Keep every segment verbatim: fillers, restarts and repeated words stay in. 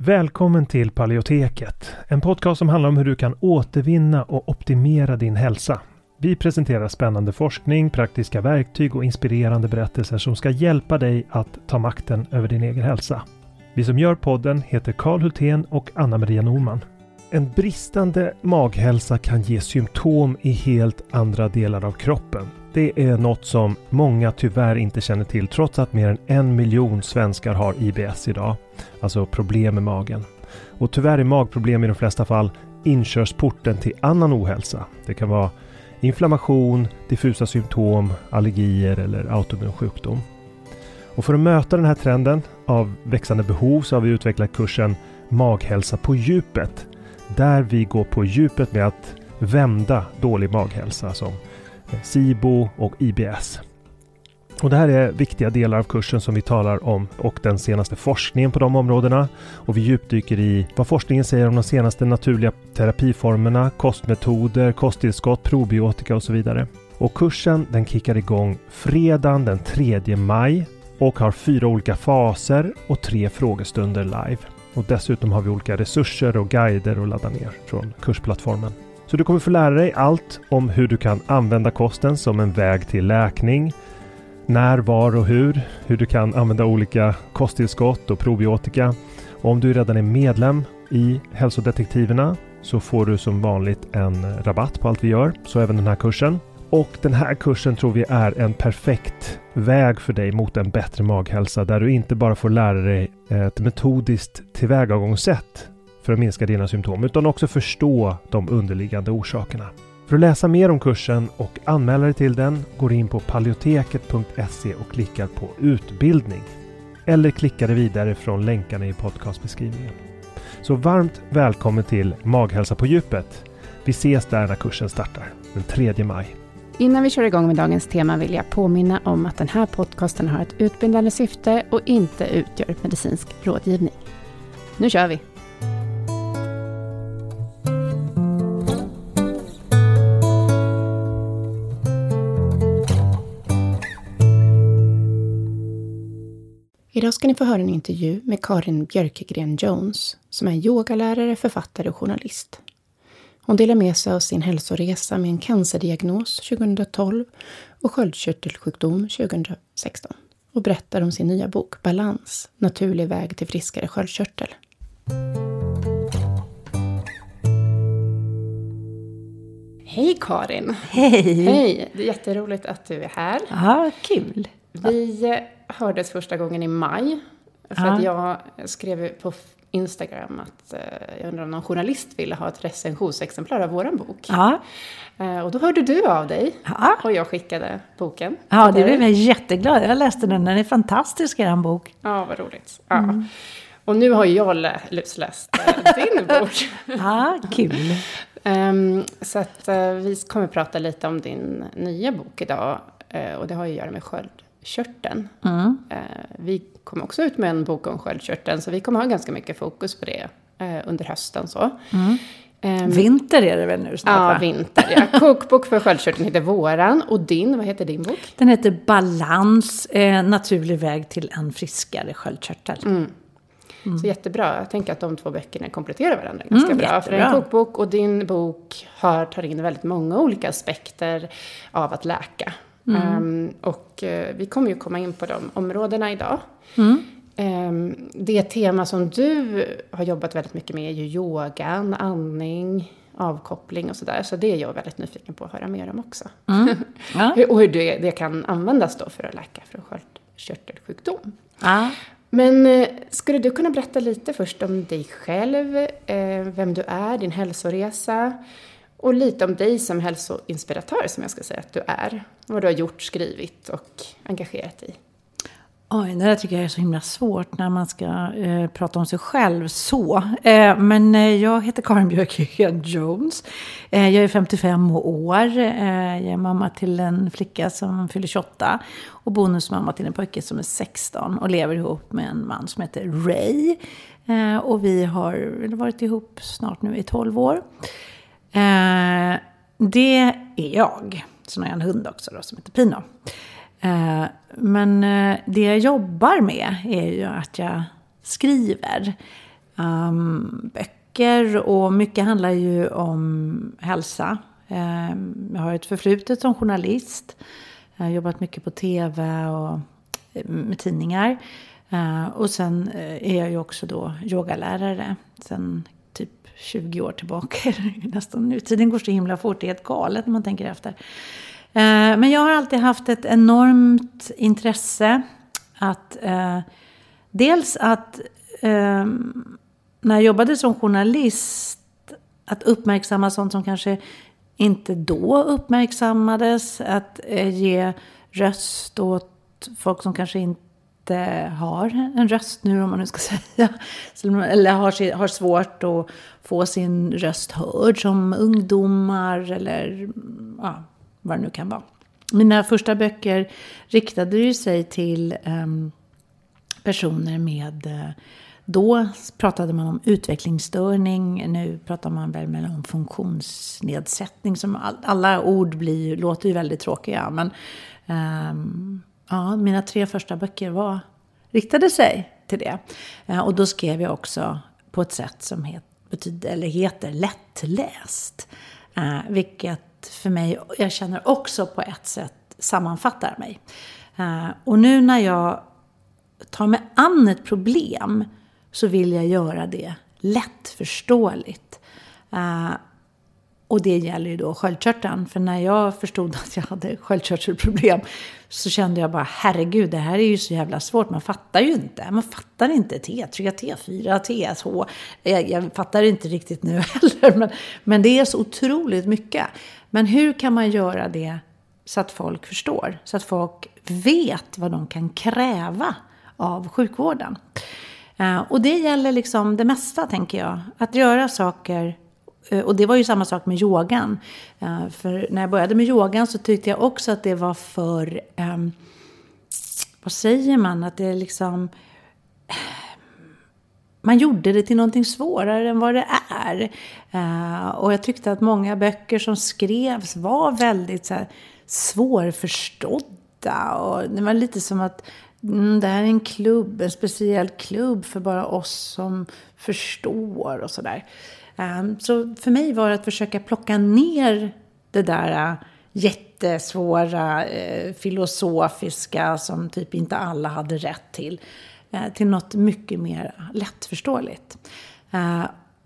Välkommen till Paleoteket, en podcast som handlar om hur du kan återvinna och optimera din hälsa. Vi presenterar spännande forskning, praktiska verktyg och inspirerande berättelser som ska hjälpa dig att ta makten över din egen hälsa. Vi som gör podden heter Carl Hultén och Anna-Maria Norman. En bristande maghälsa kan ge symptom i helt andra delar av kroppen. Det är något som många tyvärr inte känner till trots att mer än en miljon svenskar har I B S idag. Alltså problem med magen. Och tyvärr är magproblem i de flesta fall inkörsporten till annan ohälsa. Det kan vara inflammation, diffusa symptom, allergier eller autoimmun sjukdom. Och för att möta den här trenden av växande behov så har vi utvecklat kursen Maghälsa på djupet. Där vi går på djupet med att vända dålig maghälsa som SIBO och I B S. Och det här är viktiga delar av kursen som vi talar om och den senaste forskningen på de områdena. Och vi djupdyker i vad forskningen säger om de senaste naturliga terapiformerna, kostmetoder, kosttillskott, probiotika och så vidare. Och kursen den kickar igång fredagen den tredje maj och har fyra olika faser och tre frågestunder live. Och dessutom har vi olika resurser och guider att ladda ner från kursplattformen. Så du kommer få lära dig allt om hur du kan använda kosten som en väg till läkning. När, var och hur. Hur du kan använda olika kosttillskott och probiotika. Och om du redan är medlem i Hälsodetektiverna så får du som vanligt en rabatt på allt vi gör. Så även den här kursen. Och den här kursen tror vi är en perfekt väg för dig mot en bättre maghälsa. Där du inte bara får lära dig ett metodiskt tillvägagångssätt för att minska dina symptom utan också förstå de underliggande orsakerna. För att läsa mer om kursen och anmäla dig till den går in på paleoteket punkt se och klickar på utbildning. Eller klickar dig vidare från länkarna i podcastbeskrivningen. Så varmt välkommen till Maghälsa på djupet. Vi ses där när kursen startar den tredje maj. Innan vi kör igång med dagens tema vill jag påminna om att den här podcasten har ett utbildande syfte och inte utgör medicinsk rådgivning. Nu kör vi! Idag ska ni få höra en intervju med Karin Björkegren Jones som är yogalärare, författare och journalist. Hon delar med sig av sin hälsoresa med en cancerdiagnos tjugohundratolv och sköldkörtelsjukdom tjugohundrasexton och berättar om sin nya bok Balans, naturlig väg till friskare sköldkörtel. Hej Karin! Hej! Hej! Det är jätteroligt att du är här. Ja, kul! Vi hördes första gången i maj för ja. att jag skrev på Instagram att eh, jag undrar om någon journalist ville ha ett recensionsexemplar av våran bok. Ja. Eh, och då hörde du av dig ja. och jag skickade boken. Ja, det blev jag jätteglad. Jag läste den, den är fantastisk, er bok. Ja, vad roligt. Ja. Mm. Och nu har jag lä- läst äh, din bok. Ja, kul. um, så att uh, vi kommer prata lite om din nya bok idag. Uh, och det har ju att göra med sköldkörteln. Mm. Uh, vi kommer också ut med en bok om sköldkörteln. Så vi kommer ha ganska mycket fokus på det uh, under hösten. Så. Mm. Um, vinter är det väl nu snart? Ja, va? vinter. Ja. Kokbok för sköldkörteln heter Våran. Och din, vad heter din bok? Den heter Balans, eh, naturlig väg till en friskare sköldkörtel. Mm. Mm. Så jättebra. Jag tänker att de två böckerna kompletterar varandra ganska mm, bra. Jättebra. För en kokbok och din bok har, tar in väldigt många olika aspekter av att läka. Mm. Um, och uh, vi kommer ju komma in på de områdena idag. Mm. Um, det tema som du har jobbat väldigt mycket med är ju yogan, andning, avkoppling och sådär. Så det är jag väldigt nyfiken på att höra mer om också. Mm. Ja. Och hur det, det kan användas då för att läka för sköldkörtelsjukdom. Ja. Men skulle du kunna berätta lite först om dig själv, eh, vem du är, din hälsoresa och lite om dig som hälsoinspiratör som jag ska säga att du är. Vad du har gjort, skrivit och engagerat i. Oj, det där tycker jag är så himla svårt när man ska eh, prata om sig själv så. Eh, men eh, jag heter Karin Björkegren Jones. Eh, jag är femtiofem år. Eh, jag är mamma till en flicka som fyller tjugoåtta. Och bonusmamma till en pojke som är sexton. Och lever ihop med en man som heter Ray. Eh, och vi har varit ihop snart nu i tolv år. Eh, det är jag. Så har jag en hund också då, som heter Pino. Men det jag jobbar med är ju att jag skriver. um, böcker och mycket handlar ju om hälsa. Um, jag har ett förflutet som journalist. Jag har jobbat mycket på tv och med tidningar. Uh, och sen är jag ju också då yogalärare sen typ tjugo år tillbaka. Nästan nu. Tiden går så himla fort, det är helt galet när man tänker efter. Uh, men jag har alltid haft ett enormt intresse att uh, dels att uh, när jag jobbade som journalist att uppmärksamma sånt som kanske inte då uppmärksammades, att uh, ge röst åt folk som kanske inte har en röst nu, om man nu ska säga, eller har, har svårt att få sin röst hörd, som ungdomar eller ja, vad det nu kan vara. Mina första böcker riktade ju sig till um, personer med, uh, då pratade man om utvecklingsstörning, nu pratar man väl mer om funktionsnedsättning, som all, alla ord blir, låter ju väldigt tråkiga, men um, ja, mina tre första böcker var, riktade sig till det. Och då skrev jag också på ett sätt som het, betyder, eller heter lättläst. Eh, vilket för mig, jag känner också på ett sätt, sammanfattar mig. Eh, och nu när jag tar mig an ett problem så vill jag göra det lättförståeligt. Eh, Och det gäller ju då sköldkörteln. För när jag förstod att jag hade sköldkörtelproblem så kände jag bara, herregud, det här är ju så jävla svårt. Man fattar ju inte. Man fattar inte T tre, T fyra, T S H. Jag, jag fattar inte riktigt nu heller. Men, men det är så otroligt mycket. Men hur kan man göra det så att folk förstår? Så att folk vet vad de kan kräva av sjukvården. Uh, och det gäller liksom det mesta, tänker jag. Att göra saker. Och det var ju samma sak med yogan. För när jag började med yogan så tyckte jag också att det var för... Um, vad säger man? Att det är liksom... Man gjorde det till någonting svårare än vad det är. Uh, och jag tyckte att många böcker som skrevs var väldigt så här, svårförstådda. Och det var lite som att... Mm, det här är en klubb, en speciell klubb för bara oss som förstår och sådär. Um, så för mig var det att försöka plocka ner det där uh, jättesvåra uh, filosofiska som typ inte alla hade rätt till, uh, till något mycket mer lättförståeligt. Uh,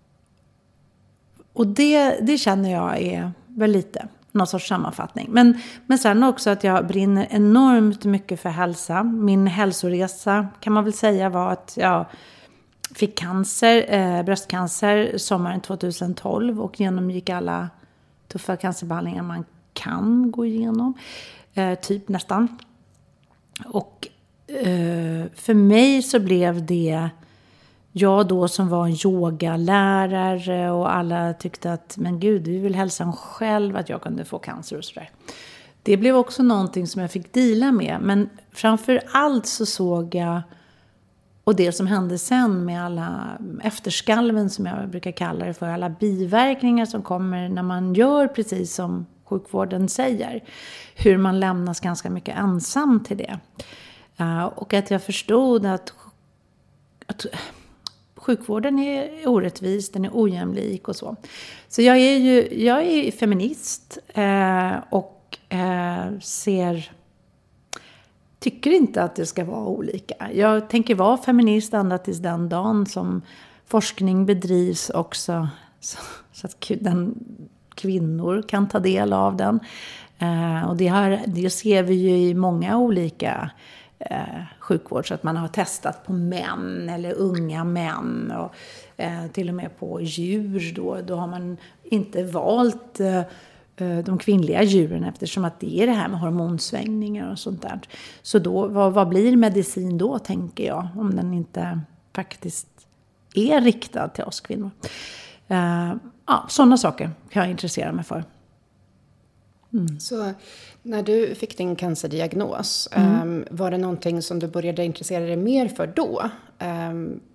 och det, det känner jag är väl lite någon sorts sammanfattning. Men, men sen också att jag brinner enormt mycket för hälsa. Min hälsoresa kan man väl säga var att jag fick cancer, eh, bröstcancer sommaren tjugohundratolv och genomgick alla tuffa cancerbehandlingar man kan gå igenom. Eh, typ nästan. Och eh, för mig så blev det, jag då som var en yogalärare och alla tyckte att, men gud, vi vill hälsa själv att jag kunde få cancer och sådär. Det blev också någonting som jag fick dela med. Men framför allt så såg jag, och det som hände sen med alla efterskalven som jag brukar kalla det för, alla biverkningar som kommer när man gör precis som sjukvården säger. Hur man lämnas ganska mycket ensam till det. Uh, och att jag förstod att, att sjukvården är orättvis, den är ojämlik och så. Så jag är ju jag är feminist uh, och uh, ser... tycker inte att det ska vara olika. Jag tänker vara feminist ända tills den dagen som forskning bedrivs också. Så, så att den, kvinnor kan ta del av den. Eh, och det, har, det ser vi ju i många olika eh, sjukvård. Så att man har testat på män eller unga män. Och eh, till och med på djur då. Då har man inte valt... Eh, de kvinnliga djuren, eftersom att det är det här med hormonsvängningar och sånt där. Så då, vad, vad blir medicin då, tänker jag, om den inte faktiskt är riktad till oss kvinnor. Uh, ja, sådana saker kan jag intressera mig för. Mm. Så när du fick din cancerdiagnos, mm. um, var det någonting som du började intressera dig mer för då? Um,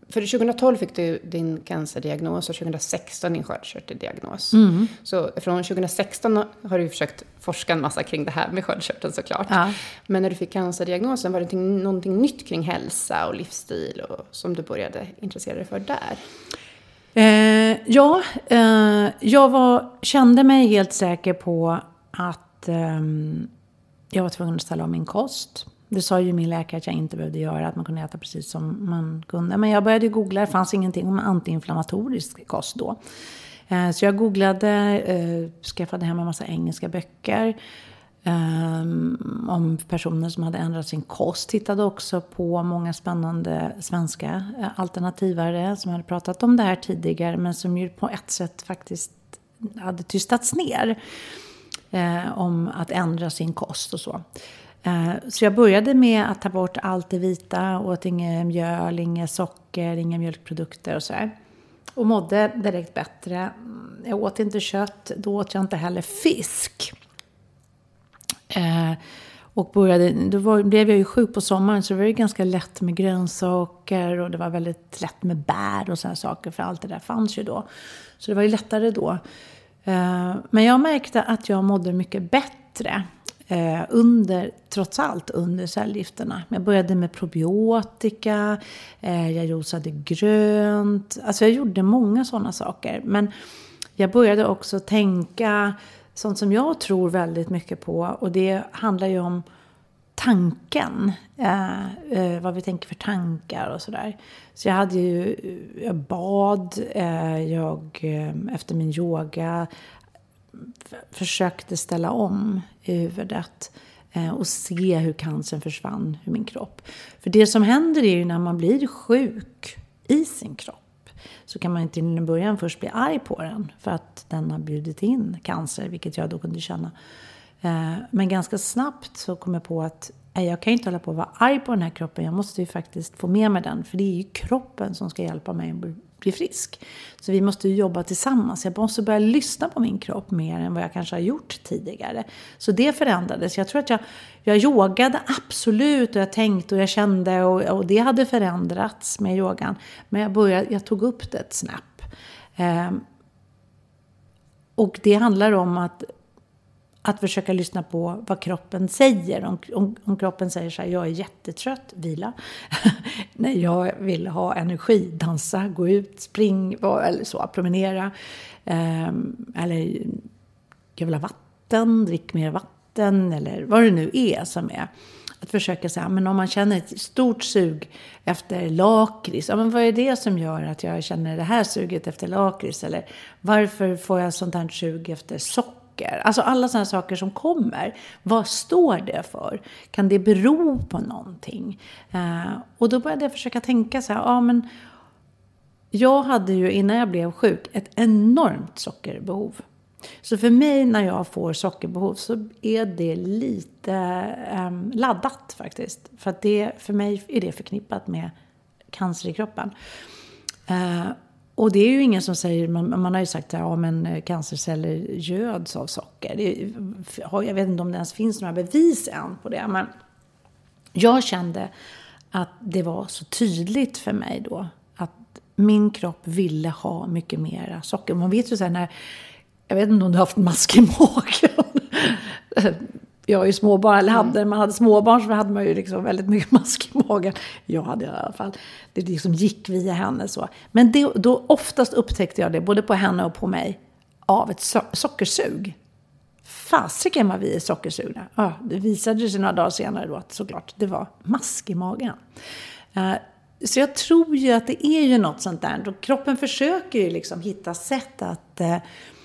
för tjugohundratolv fick du din cancerdiagnos och tjugohundrasexton din sköldkörteldiagnos. Mm. Så från tjugohundrasexton har du försökt forska en massa kring det här med sköldkörteln såklart. Ja. Men när du fick cancerdiagnosen, var det någonting, någonting nytt kring hälsa och livsstil och, som du började intressera dig för där? Eh, ja, eh, jag var, kände mig helt säker på att eh, jag var tvungen att ställa om min kost. Det sa ju min läkare att jag inte behövde göra, att man kunde äta precis som man kunde. Men jag började googla, det fanns ingenting om antiinflammatorisk kost då. Eh, så jag googlade, eh, skaffade hem en massa engelska böcker eh, om personer som hade ändrat sin kost. Tittade också på många spännande svenska eh, alternativare som hade pratat om det här tidigare, men som ju på ett sätt faktiskt hade tystats ner eh, om att ändra sin kost och så. Så jag började med att ta bort allt det vita, åt inget mjöl, inget socker, inga mjölkprodukter och så här. Och mådde direkt bättre. Jag åt inte kött, då åt jag inte heller fisk. Och började, då var, blev jag ju sjuk på sommaren, så det var ju ganska lätt med grönsaker och det var väldigt lätt med bär och sådana saker, för allt det där fanns ju då. Så det var ju lättare då. Men jag märkte att jag mådde mycket bättre. Eh, under, trots allt under cellgifterna. Jag började med probiotika, eh, jag juicade grönt, alltså jag gjorde många sådana saker. Men jag började också tänka sånt som jag tror väldigt mycket på, och det handlar ju om tanken, eh, eh, vad vi tänker för tankar och sådär. Så jag hade ju, jag bad, eh, jag eh, efter min yoga försökte ställa om i huvudet eh, och se hur cancern försvann ur min kropp. För det som händer är ju när man blir sjuk i sin kropp, så kan man inte i början först bli arg på den för att den har bjudit in cancer, vilket jag då kunde känna. Eh, men ganska snabbt så kom jag på att eh, jag kan inte hålla på att vara arg på den här kroppen. Jag måste ju faktiskt få med mig den, för det är ju kroppen som ska hjälpa mig att bli frisk. Så vi måste ju jobba tillsammans. Jag måste börja lyssna på min kropp mer än vad jag kanske har gjort tidigare. Så det förändrades. Jag tror att jag, jag yogade absolut, och jag tänkte och jag kände, och, och det hade förändrats med yogan. Men jag, började, jag tog upp det ett snäpp. Eh, och det handlar om att Att försöka lyssna på vad kroppen säger. Om, om, om kroppen säger så här, jag är jättetrött, vila. Nej, jag vill ha energi, dansa, gå ut, spring, eller så, promenera. Um, eller jag vill ha vatten, drick mer vatten, eller vad det nu är som är. Att försöka säga, men om man känner ett stort sug efter lakrits, ja, men vad är det som gör att jag känner det här suget efter lakrits? Eller varför får jag sånt här sug efter socker? Alltså alla sådana saker som kommer. Vad står det för? Kan det bero på någonting? Eh, och då började jag försöka tänka så här. Ja, men jag hade ju innan jag blev sjuk ett enormt sockerbehov. Så för mig när jag får sockerbehov så är det lite eh, laddat faktiskt. För att det, för mig är det förknippat med cancer i kroppen. Eh, Och det är ju ingen som säger, man, man har ju sagt att ja, men cancerceller göds av socker. Det, jag vet inte om det ens finns några bevis än på det. Men jag kände att det var så tydligt för mig då. Att min kropp ville ha mycket mer socker. Man vet ju så här när, jag vet inte om du har haft mask i magen. Jag är ju småbarn, eller hade, man hade småbarn så hade man ju liksom väldigt mycket mask i magen. Jag hade i alla fall. Det liksom gick via henne så. Men det, då oftast upptäckte jag det, både på henne och på mig, av ett so- sockersug. Fasiken var vi är sockersugna. Ja, det visade sig några dagar senare då att såklart det var mask i magen. Uh, så jag tror ju att det är ju något sånt där. Och kroppen försöker ju liksom hitta sätt att Uh,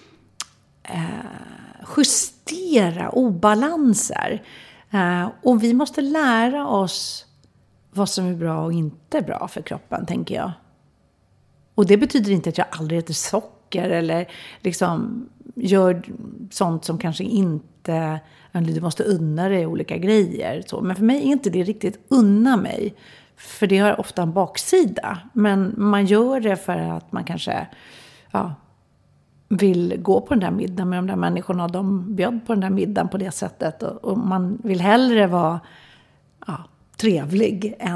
justera obalanser. Och vi måste lära oss vad som är bra och inte bra för kroppen, tänker jag. Och det betyder inte att jag aldrig äter socker eller liksom gör sånt som kanske inte, du måste unna dig olika grejer. Så. Men för mig är inte det riktigt unna mig. För det har ofta en baksida. Men man gör det för att man kanske, ja, vill gå på den där middagen med de där människorna. De bjöd på den där middagen på det sättet. Och, och man vill hellre vara ja, trevlig än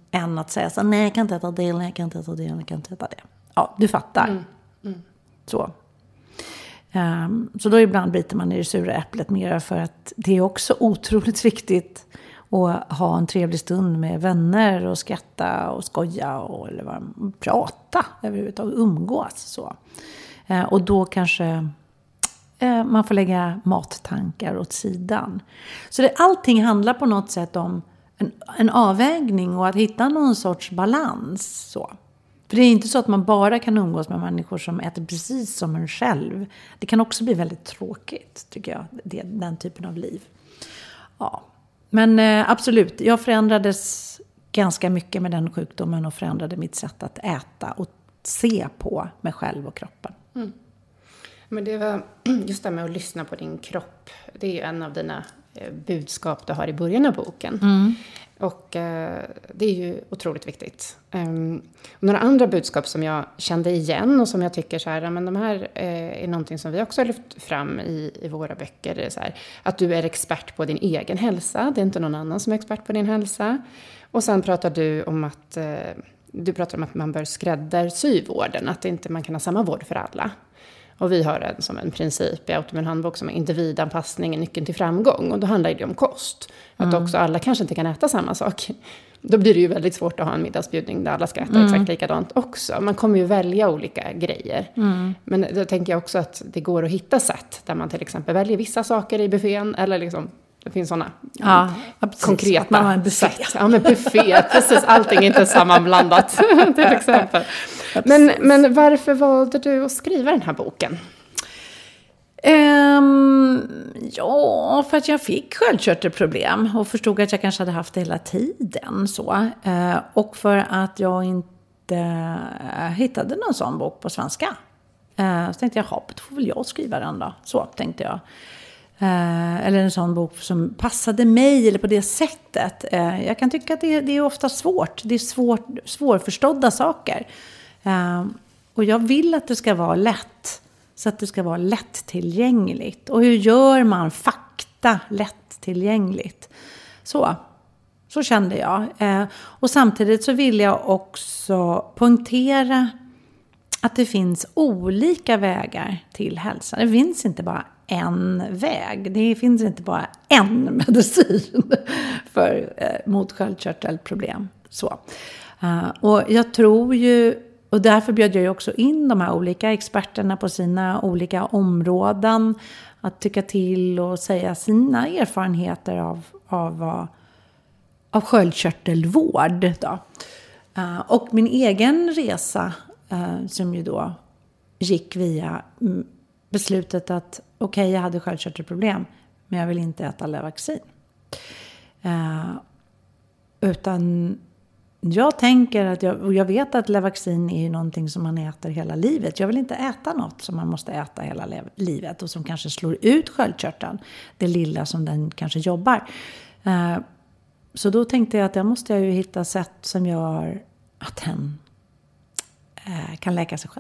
än att säga så nej jag kan inte äta det, nej jag kan inte äta det, jag kan inte äta det. Ja, du fattar. Mm. Mm. Så. Um, så då ibland biter man i det sura äpplet mer för att det är också otroligt viktigt att ha en trevlig stund med vänner och skratta och skoja och eller vad, prata överhuvudtaget, umgås så. Uh, och då kanske uh, man får lägga mattankar åt sidan. Så det, allting handlar på något sätt om en, en avvägning och att hitta någon sorts balans så. För det är inte så att man bara kan umgås med människor som äter precis som en själv. Det kan också bli väldigt tråkigt, tycker jag, det, den typen av liv. Ja, men eh, absolut, jag förändrades ganska mycket med den sjukdomen och förändrade mitt sätt att äta och se på mig själv och kroppen. Mm. Men det var just det med att lyssna på din kropp. Det är ju en av dina eh, budskap du har i början av boken. Mm. Och eh, det är ju otroligt viktigt. Um, några andra budskap som jag kände igen och som jag tycker så här, men de här eh, är någonting som vi också har lyft fram i, i våra böcker. Det är så här, att du är expert på din egen hälsa. Det är inte någon annan som är expert på din hälsa. Och sen pratar du om att, eh, du pratar om att man bör skräddarsy vården. Att inte man kan ha samma vård för alla. Och vi har en som en princip i Autoimmun handbok som är individanpassning är nyckeln till framgång. Och då handlar det om kost. Att mm. också alla kanske inte kan äta samma sak. Då blir det ju väldigt svårt att ha en middagsbjudning där alla ska äta mm. exakt likadant också. Man kommer ju välja olika grejer. Mm. Men då tänker jag också att det går att hitta sätt där man till exempel väljer vissa saker i buffén. Eller liksom, det finns sådana ja, konkreta man har en buffé. sätt. Ja, men buffé, precis. Allting är inte sammanblandat till exempel. Men, men varför valde du att skriva den här boken? Um, ja, för att jag fick sköldkörtelproblem och förstod att jag kanske hade haft det hela tiden. Så. Uh, och för att jag inte uh, hittade någon sån bok på svenska. Uh, så tänkte jag, ja, då får väl jag skriva den då. Så tänkte jag. Uh, eller en sån bok som passade mig eller på det sättet. Uh, jag kan tycka att det, det är ofta svårt. Det är svårt, svårförstådda saker. Uh, och jag vill att det ska vara lätt. Så att det ska vara lättillgängligt. Och hur gör man fakta lättillgängligt? Så, så kände jag. Uh, och samtidigt så vill jag också poängtera att det finns olika vägar till hälsa. Det finns inte bara en väg. Det finns inte bara en medicin för, eh, mot sköldkörtelproblem. Så. Uh, och jag tror ju, och därför bjöd jag ju också in de här olika experterna på sina olika områden att tycka till och säga sina erfarenheter av, av, av sköldkörtelvård. Då. Uh, och min egen resa uh, som ju då gick via mm, beslutet att okej, okay, jag hade sköldkörtelproblem men jag vill inte äta Levaxin. Uh, utan jag tänker att jag, och jag vet att Levaxin är ju någonting som man äter hela livet. Jag vill inte äta något som man måste äta hela le- livet och som kanske slår ut sköldkörteln. Det lilla som den kanske jobbar. Uh, så då tänkte jag att jag måste ju hitta sätt som gör att den uh, kan läka sig själv.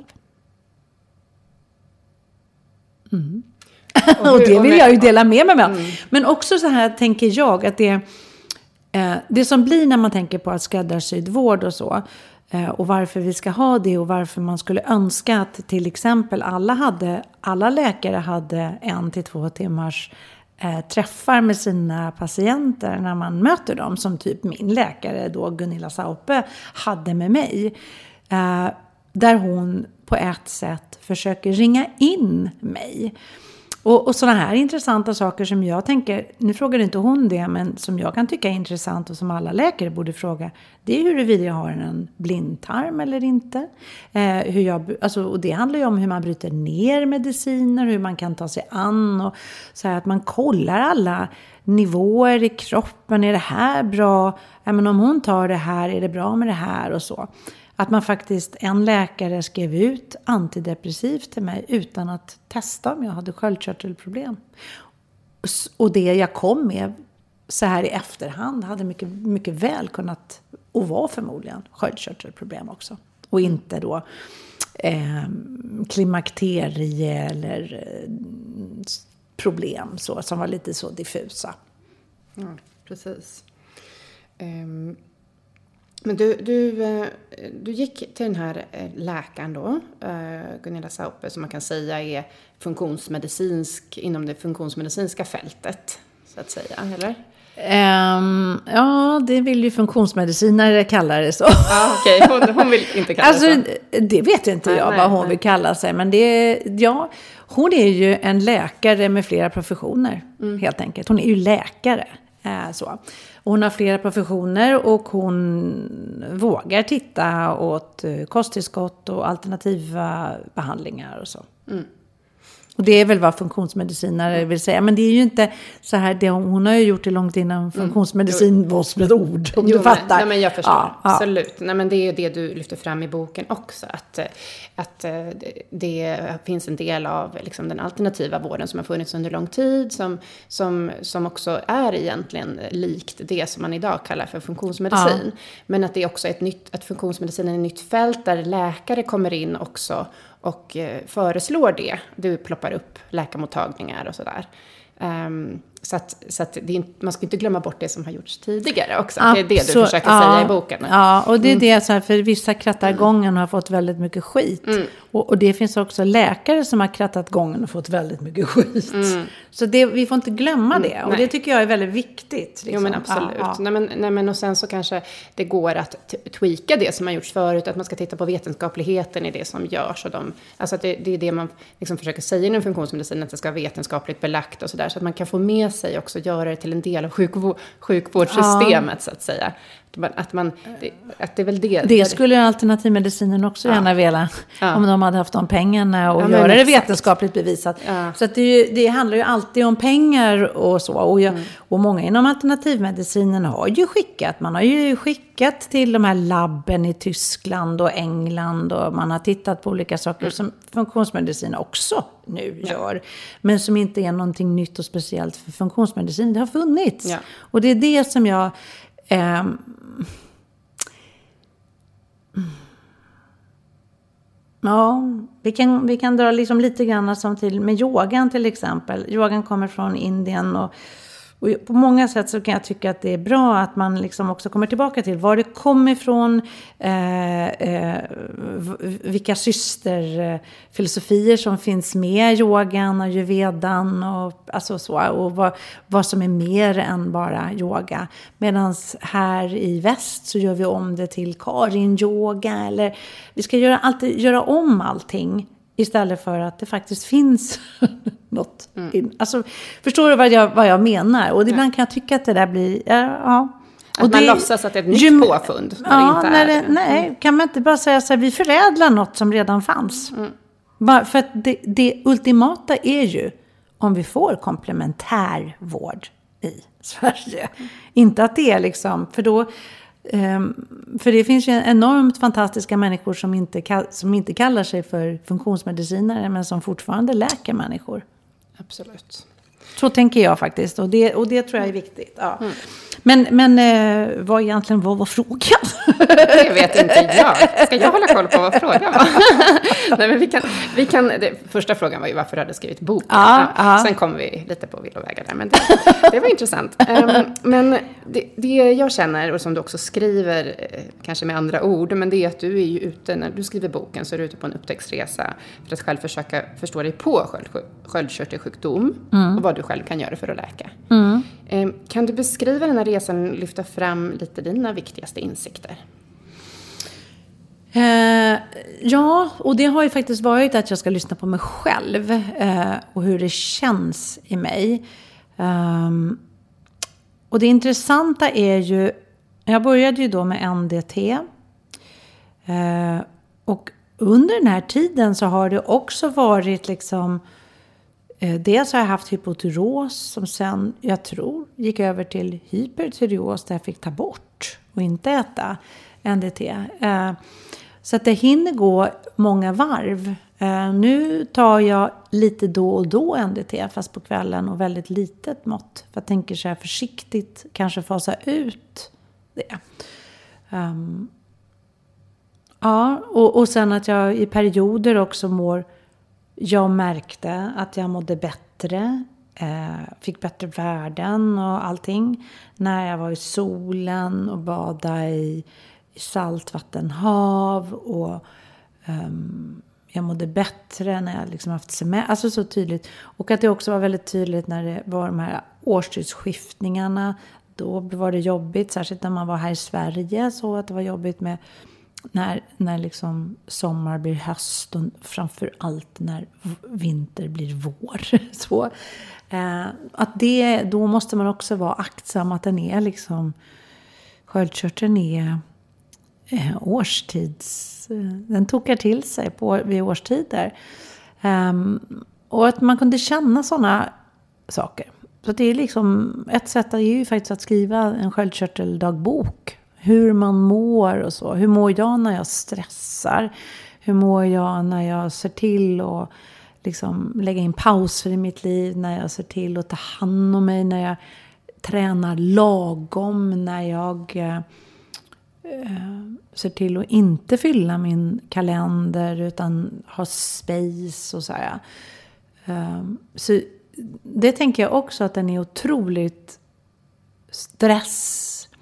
Mm. Och, och det vill jag ju dela med mig med. Mm. Men också så här tänker jag att det, eh, det som blir när man tänker på att skräddarsydd vård och så. Eh, och varför vi ska ha det och varför man skulle önska att till exempel alla, hade, alla läkare hade en till två timmars eh, träffar med sina patienter när man möter dem. Som typ min läkare då Gunilla Saupe hade med mig. Eh, där hon på ett sätt försöker ringa in mig. Och, och sådana här intressanta saker som jag tänker, nu frågar inte hon det, men som jag kan tycka är intressant och som alla läkare borde fråga, det är huruvida jag har en blindtarm eller inte. Eh, hur jag, alltså, och det handlar ju om hur man bryter ner mediciner, hur man kan ta sig an och så här, att man kollar alla nivåer i kroppen, är det här bra? Ja, men om hon tar det här, är det bra med det här och så. Att man faktiskt, en läkare skrev ut antidepressivt till mig utan att testa om jag hade sköldkörtelproblem. Och det jag kom med så här i efterhand hade mycket, mycket väl kunnat, och var förmodligen, sköldkörtelproblem också. Och inte då eh, klimakterie eller eh, problem så, som var lite så diffusa. Ja, precis. Um... Men du, du, du gick till den här läkaren då, Gunilla Saupe, som man kan säga är funktionsmedicinsk, inom det funktionsmedicinska fältet, så att säga, eller? Um, ja, det vill ju funktionsmedicinare kalla det så. Ja, okej. Okay. Hon, hon vill inte kalla alltså, det så. Det vet inte jag nej, vad hon nej. vill kalla sig. Men det, ja, hon är ju en läkare med flera professioner, mm. helt enkelt. Hon är ju läkare. Äh, så. Hon har flera professioner och hon vågar titta åt kosttillskott och alternativa behandlingar och så. Mm. Och det är väl vad funktionsmedicinare vill säga. Men det är ju inte så här, det hon har ju gjort det långt innan funktionsmedicin mm. var som ett ord, om jo, du fattar. Men, nej, men jag förstår, ja, absolut. Ja. Nej, men det är ju det du lyfter fram i boken också. Att, att det finns en del av liksom, den alternativa vården som har funnits under lång tid. Som, som, som också är egentligen likt det som man idag kallar för funktionsmedicin. Ja. Men att det är också ett nytt, att funktionsmedicin är ett nytt fält där läkare kommer in också. Och eh, föreslår det. Du ploppar upp läkarmottagningar och sådär. Um, så att, så att det är, man ska inte glömma bort det som har gjorts tidigare också. Ja, det är det du så, försöker ja, säga i boken. Ja, och det är mm. det så här, för vissa krattar mm. gången har fått väldigt mycket skit. Mm. Och, och det finns också läkare som har krattat gången och fått väldigt mycket skit. Mm. Så det, vi får inte glömma mm. det. Och nej. Det tycker jag är väldigt viktigt. Liksom. Jo, men absolut. Ja, ja. Nej, men, nej, men och sen så kanske det går att t- tweaka det som har gjorts förut. Att man ska titta på vetenskapligheten i det som görs. Och de, alltså att det, det är det man liksom försöker säga inom funktionsmedicin. Att det ska vara vetenskapligt belagt och sådär. Så att man kan få med sig också, göra det till en del av sjukvård, sjukvårdssystemet ja. Så att säga. Att, man, det, att det är väl det. Det skulle alternativmedicinen också ja. Gärna vilja. Ja. Om de hade haft de pengarna och ja, göra det vetenskapligt bevisat. Ja. Så att det, det handlar ju alltid om pengar och så. Och, jag, mm. och många inom alternativmedicinen har ju skickat. Man har ju skickat till de här labben i Tyskland och England. Och man har tittat på olika saker mm. som funktionsmedicin också nu ja. Gör. Men som inte är någonting nytt och speciellt för funktionsmedicin. Det har funnits. Ja. Och det är det som jag... Um, ja, vi kan, vi kan dra liksom lite grann som till med yogan till exempel. Yogan kommer från Indien och, och på många sätt så kan jag tycka att det är bra att man liksom också kommer tillbaka till var det kommer ifrån, eh, eh, vilka systerfilosofier som finns med yogan och ayurvedan och, alltså så, och vad, vad som är mer än bara yoga. Medan här i väst så gör vi om det till Karin-yoga eller vi ska göra, alltid, göra om allting. Istället för att det faktiskt finns något. Mm. In. Alltså, förstår du vad jag, vad jag menar? Och ibland kan jag tycka att det där blir... Ja, ja. Att och man det, låtsas att det är ett nytt ju, påfund. När ja, det inte när är det, nej, mm. kan man inte bara säga så här, vi förädlar något som redan fanns. Mm. Bara för att det, det ultimata är ju om vi får komplementär vård i Sverige. Mm. Inte att det är liksom... För då... För det finns ju enormt fantastiska människor som inte, som inte kallar sig för funktionsmedicinare men som fortfarande läker människor. Absolut. Så tänker jag faktiskt och det, och det tror jag är viktigt. Ja. Mm. Men, men eh, vad egentligen var, var frågan? Det vet inte jag. Ska jag hålla koll på vad frågan var? Nej, men vi kan, vi kan, det, första frågan var ju varför du hade skrivit boken. Ja, ja. Ja. Sen kom vi lite på villovägar där, men det, det var intressant. Um, men det, det jag känner, och som du också skriver, kanske med andra ord, men det är att du är ju ute, när du skriver boken så är du ute på en upptäcktsresa för att själv försöka förstå dig på sköld, sköldkörtelsjukdom mm. och vad du själv kan göra för att läka. Mm. Um, kan du beskriva den här resan, lyfta fram lite dina viktigaste insikter? Eh, ja, och det har ju faktiskt varit att jag ska lyssna på mig själv eh, och hur det känns i mig. Um, och det intressanta är ju, jag började ju då med N D T eh, och under den här tiden så har det också varit liksom, eh, dels har jag haft hypotyreos som sen, jag tror, gick över till hypertyreos där jag fick ta bort och inte äta N D T. Eh, så att det hinner gå många varv. Eh, nu tar jag lite då och då N D T fast på kvällen och väldigt litet mått. För jag tänker så här försiktigt kanske fasa ut det. Um, ja, och, och sen att jag i perioder också mår... Jag märkte att jag mådde bättre. Eh, fick bättre värden och allting. När jag var i solen och badade i... i saltvattenhav och um, jag mådde bättre när jag liksom haft semester. Alltså så tydligt. Och att det också var väldigt tydligt när det var de här årstidsskiftningarna. Då var det jobbigt, särskilt när man var här i Sverige. Så att det var jobbigt med när, när liksom sommar blir höst. Och framför allt när vinter blir vår. Så, eh, att det, då måste man också vara aktsam att den är liksom... Sköldkörteln är eh, årstids... Den tokar till sig på, vid årstider. Um, och att man kunde känna sådana saker. Så det är liksom... Ett sätt är ju faktiskt att skriva en sköldkörteldagbok. Hur man mår och så. Hur mår jag när jag stressar? Hur mår jag när jag ser till att liksom lägga in pauser i mitt liv? När jag ser till att ta hand om mig? När jag tränar lagom? När jag... Eh, ser till att inte fylla min kalender utan ha space och så här. Um, så det tänker jag också att den är otroligt stress.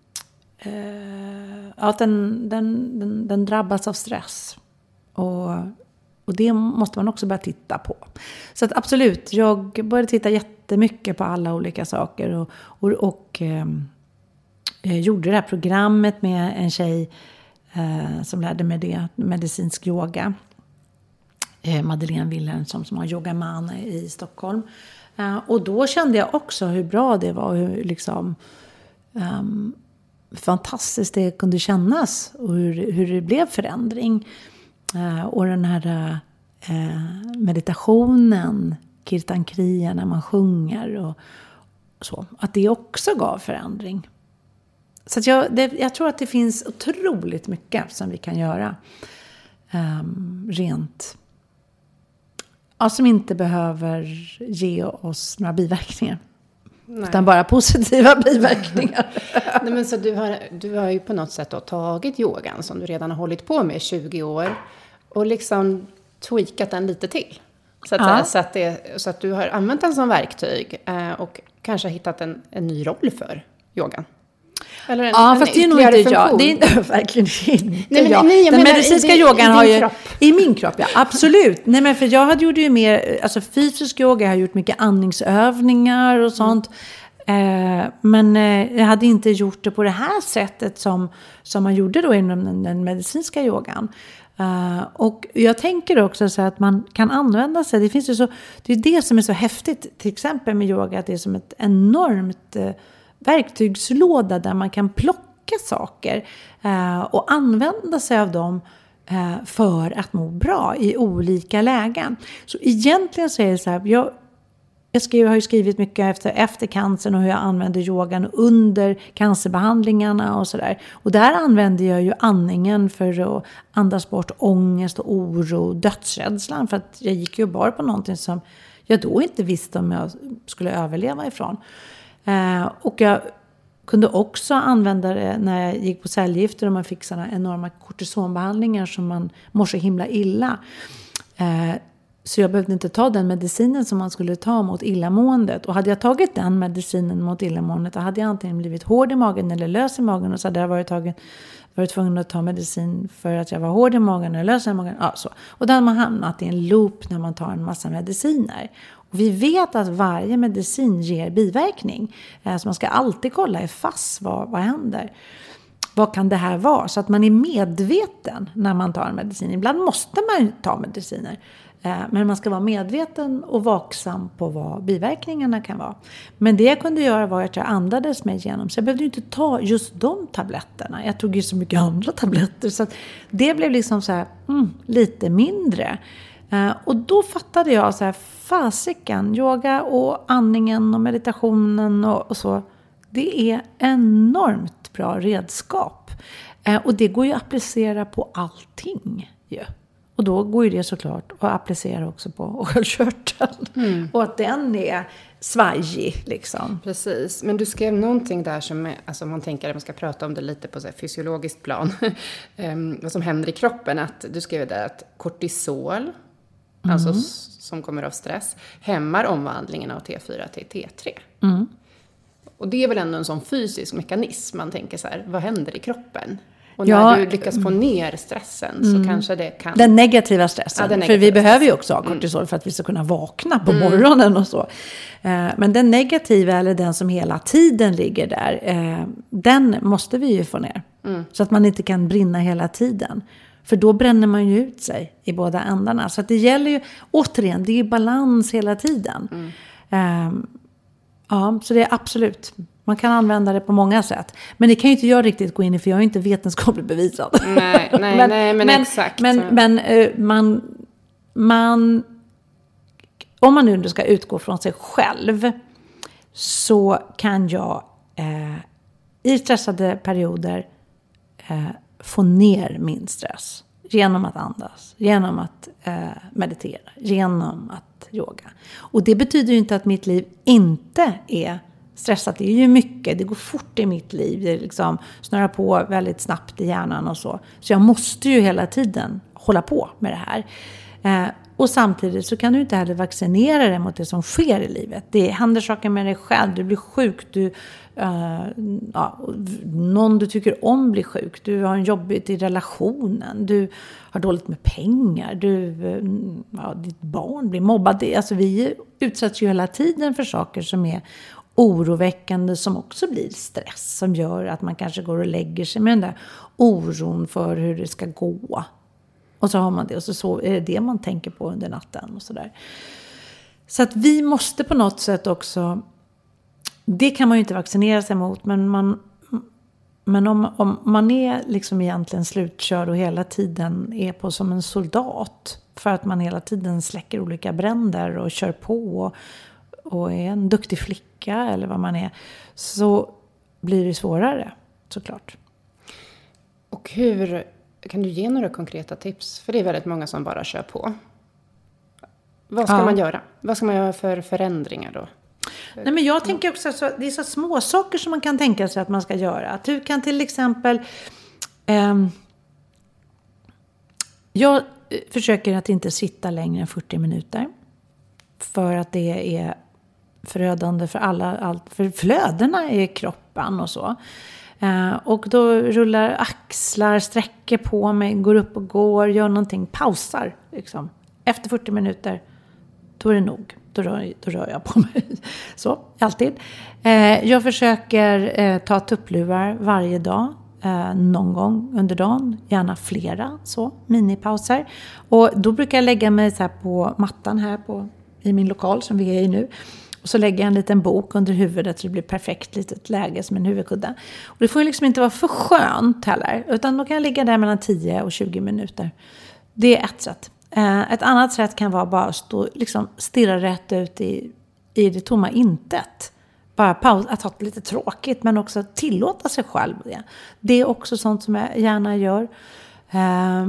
Uh, att den, den, den, den drabbas av stress. Och, och det måste man också börja titta på. Så att absolut, jag började titta jättemycket på alla olika saker och, och, och um, jag gjorde det här programmet med en tjej eh, som lärde mig det, medicinsk yoga. Eh, Madeleine Wilhelmsson som har yogamana i Stockholm. Eh, och då kände jag också hur bra det var. Hur liksom, eh, fantastiskt det kunde kännas. Och hur, hur det blev förändring. Eh, och den här eh, meditationen, kirtan kriya när man sjunger. Och så, att det också gav förändring. Så att jag, det, jag tror att det finns otroligt mycket som vi kan göra. Um, rent. Ja, som inte behöver ge oss några biverkningar. Nej. Utan bara positiva biverkningar. Nej, men så du, har, du har ju på något sätt då tagit yogan som du redan har hållit på med i tjugo år. Och liksom tweakat den lite till. Så att, ja. så att, det, så att du har använt den som verktyg. Eh, och kanske hittat en, en ny roll för yogan. Eller en, ja, en fast det är nog inte funktion. jag. Det är verkligen inte nej, men, jag. Nej, jag Den menar, medicinska i, yogan i har ju... kropp. I min kropp, ja. Absolut. Nej, men för jag hade gjort ju mer... Alltså fysisk yoga, jag har gjort mycket andningsövningar och sånt. Mm. Eh, men eh, jag hade inte gjort det på det här sättet som, som man gjorde då inom den, den medicinska yogan. Uh, och jag tänker också så att man kan använda sig. Det finns ju så... Det är det som är så häftigt. Till exempel med yoga, att det är som ett enormt... Eh, verktygslåda där man kan plocka saker eh, och använda sig av dem eh, för att må bra i olika lägen. Så egentligen så är det så här, jag, jag, skriver, jag har ju skrivit mycket efter, efter cancern och hur jag använder yogan under cancerbehandlingarna och sådär. Och där använder jag ju andningen för att andas bort ångest och oro, dödsrädslan, för att jag gick ju bara på någonting som jag då inte visste om jag skulle överleva ifrån. Uh, och jag kunde också använda det när jag gick på cellgifter och man fick såna enorma kortisonbehandlingar som man mår så himla illa. Uh, så jag behövde inte ta den medicinen som man skulle ta mot illamåendet. Och hade jag tagit den medicinen mot illamåendet, då hade jag antingen blivit hård i magen eller lös i magen. Och så hade jag varit, tagen, varit tvungen att ta medicin för att jag var hård i magen eller lös i magen. Ja, så. Och då hade man hamnat i en loop när man tar en massa mediciner. Vi vet att varje medicin ger biverkning. Så man ska alltid kolla i fast vad, vad händer. Vad kan det här vara? Så att man är medveten när man tar en medicin. Ibland måste man ta mediciner. Men man ska vara medveten och vaksam på vad biverkningarna kan vara. Men det jag kunde göra var att jag andades mig igenom. Så jag behövde inte ta just de tabletterna. Jag tog ju så mycket andra tabletter. Så att det blev liksom så här, mm, lite mindre. Uh, och då fattade jag så här, fasiken, yoga och andningen och meditationen och, och så. Det är enormt bra redskap. Uh, och det går ju att applicera på allting. Yeah. Och då går ju det såklart att applicera också på sköldkörteln. Mm. Och att den är svajig liksom. Precis, men du skrev någonting där som är, alltså man tänker att man ska prata om det lite på så här fysiologiskt plan. um, vad som händer i kroppen. Att du skrev där att kortisol, mm. alltså som kommer av stress, hämmar omvandlingen av T fyra till T tre. Mm. Och det är väl ändå en sån fysisk mekanism. Man tänker så här, vad händer i kroppen? Och ja, när du lyckas få ner stressen mm, så kanske det kan... Den negativa stressen. Ja, den negativa för vi stressen. behöver ju också ha kortisol mm. för att vi ska kunna vakna på mm. morgonen och så. Men den negativa, eller den som hela tiden ligger där, den måste vi ju få ner. Mm. Så att man inte kan brinna hela tiden. För då bränner man ju ut sig i båda ändarna. Så att det gäller ju, återigen, det är balans hela tiden. Mm. Ja, så det är absolut... Man kan använda det på många sätt. Men det kan ju inte jag riktigt gå in i, för jag är inte vetenskapligt bevisad. Nej, nej, men, nej, men, men exakt. Men, men uh, man, man... Om man nu ska utgå från sig själv, så kan jag uh, i stressade perioder uh, få ner min stress. Genom att andas, genom att uh, meditera, genom att yoga. Och det betyder ju inte att mitt liv inte är stressat. Det är ju mycket, det går fort i mitt liv. Det liksom snurrar på väldigt snabbt i hjärnan och så. Så jag måste ju hela tiden hålla på med det här. Eh, och samtidigt så kan du inte heller vaccinera dig mot det som sker i livet. Det händer saker med dig själv. Du blir sjuk. Du, eh, ja, någon du tycker om blir sjuk. Du har en jobbigt i relationen. Du har dåligt med pengar. Du, ja, ditt barn blir mobbad. Alltså vi utsätts ju hela tiden för saker som är oroväckande, som också blir stress, som gör att man kanske går och lägger sig med den där oron för hur det ska gå. Och så har man det, och så, så är det det man tänker på under natten och sådär. Så att vi måste på något sätt också, det kan man ju inte vaccinera sig mot, men man men om, om man är liksom egentligen slutkörd och hela tiden är på som en soldat, för att man hela tiden släcker olika bränder och kör på och och är en duktig flicka eller vad man är, så blir det svårare, såklart. Och hur, kan du ge några konkreta tips? För det är väldigt många som bara kör på. Vad ska ja. man göra? Vad ska man göra för förändringar då? Nej, men jag tänker också att det är så små saker som man kan tänka sig att man ska göra. Att du kan till exempel... Eh, jag försöker att inte sitta längre än fyrtio minuter. För att det är förödande för alla, allt, för flödena i kroppen och så. Eh, och då rullar axlar, sträcker på mig, går upp och går, gör någonting, pausar liksom. Efter fyrtio minuter, då är det nog. Då rör, då rör jag på mig. Så, alltid. Eh, jag försöker eh, ta tuppluvar varje dag. Eh, någon gång under dagen. Gärna flera, så, minipauser. Och då brukar jag lägga mig så här på mattan här på... i min lokal som vi är i nu. Och så lägger jag en liten bok under huvudet så det blir perfekt litet läge som en huvudkudde. Och det får ju liksom inte vara för skönt heller. Utan då kan jag ligga där mellan tio och tjugo minuter. Det är ett sätt. Eh, ett annat sätt kan vara bara att stå, liksom stirra rätt ut i, i det tomma intet. Bara paus, att ha det lite tråkigt, men också tillåta sig själv det. Det är också sånt som jag gärna gör. Eh,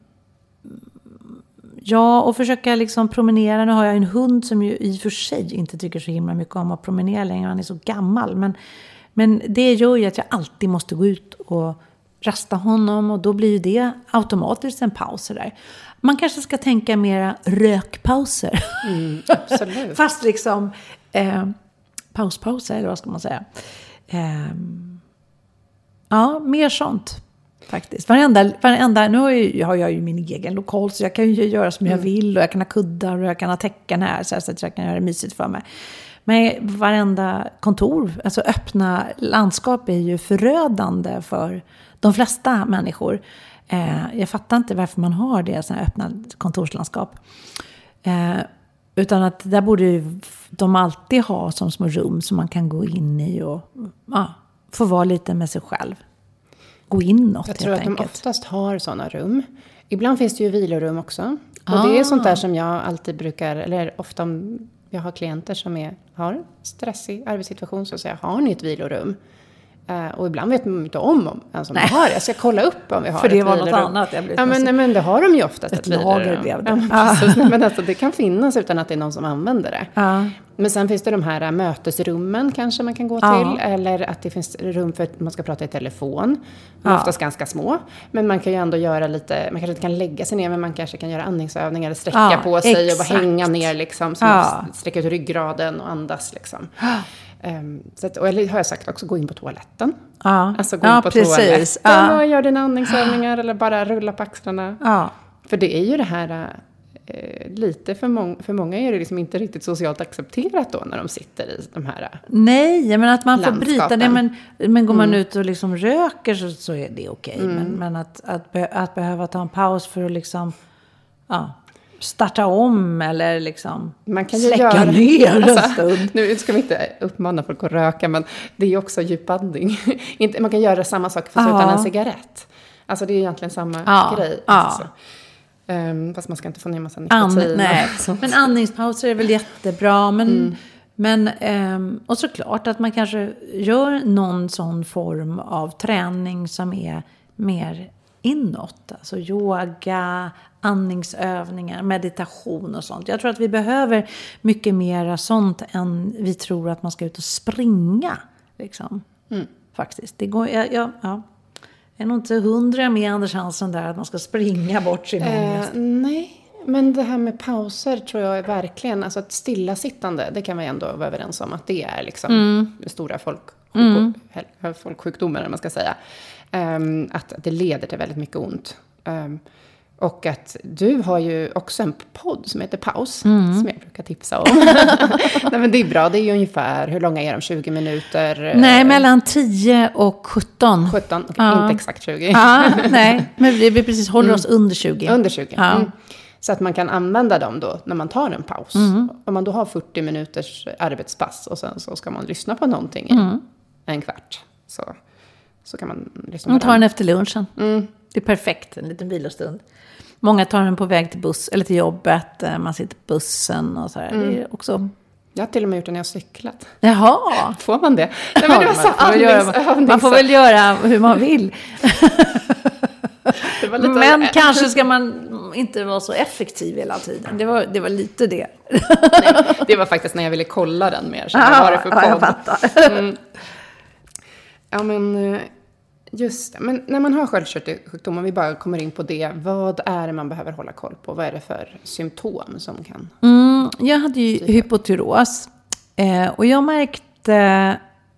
Ja, och försöka liksom promenera. Nu har jag en hund som ju i och för sig inte tycker så himla mycket om att promenera längre. Han är så gammal. Men, men det gör ju att jag alltid måste gå ut och rasta honom. Och då blir ju det automatiskt en paus där. Man kanske ska tänka mera rökpauser. Mm, absolut. Fast liksom eh, pauspauser, eller vad ska man säga. Eh, ja, mer sånt. Faktiskt. Varenda, varenda, nu har, ju, har jag ju min egen lokal, så jag kan ju göra som mm. jag vill. Och jag kan ha kuddar och jag kan ha täcken här så, här, så att jag kan göra det mysigt för mig. Men varenda kontor, alltså öppna landskap är ju förödande för de flesta människor. Eh, jag fattar inte varför man har det, så här öppna kontorslandskap. Eh, utan att där borde ju de alltid ha som små rum som man kan gå in i och ja, få vara lite med sig själv. Gå inåt, jag tror att enkelt. De oftast har sådana rum. Ibland finns det ju vilorum också. Och ah. det är sånt där som jag alltid brukar, eller ofta om jag har klienter som är, har stressig arbetssituation, så säger jag, har ni ett vilorum? Uh, och ibland vet man inte om om en som har det. Jag ska kolla upp om vi har för ett vilorum. För det var något annat. Jag ja, men, men det har de ju oftast ett, ett vilorum. Blev det. Ja, men, precis, men alltså, det kan finnas utan att det är någon som använder det. Ah. Men sen finns det de här mötesrummen kanske man kan gå Ja. till. Eller att det finns rum för att man ska prata i telefon. De är Ja. oftast ganska små. Men man kan ju ändå göra lite, man kanske inte kan lägga sig ner, men man kanske kan göra andningsövningar. Eller sträcka Ja, på sig exakt. och bara hänga ner liksom. Så Ja. man sträcker ut ryggraden och andas liksom. Um, så att, och eller har jag sagt också, gå in på toaletten. Ja, Alltså gå ja in på precis. toaletten Ja. och gör dina andningsövningar. Eller bara rulla på axlarna. Ja. För det är ju det här... Eh, lite för, mång- för många är det liksom inte riktigt socialt accepterat då när de sitter i de här. Nej, men att man får bryta det. Landskapen. Men, men går man Mm. ut och liksom röker så, så är det okej. Mm. Men, men att, att, be, att behöva ta en paus för att liksom, ja, starta om eller liksom Man kan ju släcka göra, ner en alltså, stund. Nu ska vi inte uppmana folk att röka, men det är ju också djupandning. Inte, man kan göra samma sak fast Ja. utan en cigarett. Alltså det är egentligen samma Ja, grej. ja. Alltså. Um, fast man ska inte få ner massa nikotin. And, nej. Så. Men andningspauser är väl jättebra. Men, Mm. men, ehm, och såklart att man kanske gör någon sån form av träning som är mer inåt. Alltså yoga, andningsövningar, meditation och sånt. Jag tror att vi behöver mycket mer sånt än vi tror att man ska ut och springa. Liksom. Mm. Faktiskt. Det går, ja, ja, ja. Jag är nog inte hundra med Anders Hansson där att man ska springa bort sin ångest. Eh, nej, men det här med pauser tror jag är verkligen, alltså ett stillasittande, det kan vi ändå vara överens om att det är liksom Mm. stora folk, Mm. hel- folksjukdomar, om man ska säga. Um, att det leder till väldigt mycket ont. Um, och att du har ju också en podd som heter Paus, Mm. som jag brukar tipsa om. Nej, men det är bra, det är ju ungefär, hur långa är de? tjugo minuter? Nej, mellan tio och sjutton. sjutton, okay, Ja. inte exakt tjugo. Ja, nej, men vi vi precis håller oss under tjugo. Under tjugo. Ja. Mm. Så att man kan använda dem då när man tar en paus. Mm. Om man då har fyrtio minuters arbetspass och sen så ska man lyssna på någonting i Mm. en kvart. Så, så kan man lyssna Man på tar den den. efter lunchen. Mm. Det är perfekt, en liten vilostund. Många tar den på väg till buss eller till jobbet. eh, Man sitter på bussen och så här. Mm. Det är också... Jag har till och med gjort det när jag har cyklat. Jaha! Får man det? Nej, men det var så man, får väl göra, andningsövning. man får väl göra hur man vill. Det var lite- Men kanske ska man inte vara så effektiv hela tiden. Det var, det var lite det. Nej, det var faktiskt när jag ville kolla den mer. Så vad var det för Ja, jag podd? fattar. Mm. Ja, men eh, just det. Men när man har sköldkörtelsjukdom, om vi bara kommer in på det. Vad är det man behöver hålla koll på? Vad är det för symptom som kan... Mm, jag hade ju hypotyros. Eh, och jag märkte...